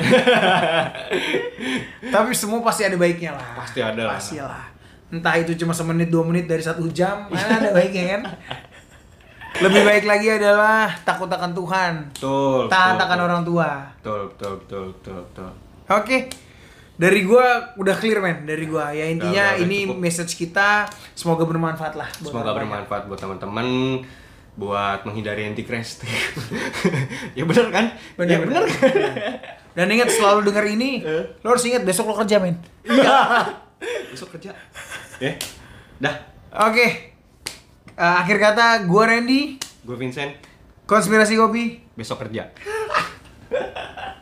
Tapi semua pasti ada baiknya lah. Pasti ada lah. Pasti lah. Entah itu cuma semenit dua menit dari satu jam, mana ada baiknya kan? Lebih baik lagi adalah takut akan Tuhan. Betul. Taat betul, akan betul. orang tua. Betul betul betul betul betul. Oke. Dari gua udah clear men, dari gua. Ya intinya Udah, udah, ini cukup. message kita semoga bermanfaat lah buat Semoga orang bermanfaat buat teman-teman, buat menghindari antichrist. Ya benar kan? banyak. Ya benar. Dan ingat selalu dengar ini, Eh. lo harus ingat besok lo kerja men. Besok kerja. Ya. Dah. Oke. Eh, akhir kata gua Randy, Gue Vincent. konspirasi kopi. Besok kerja.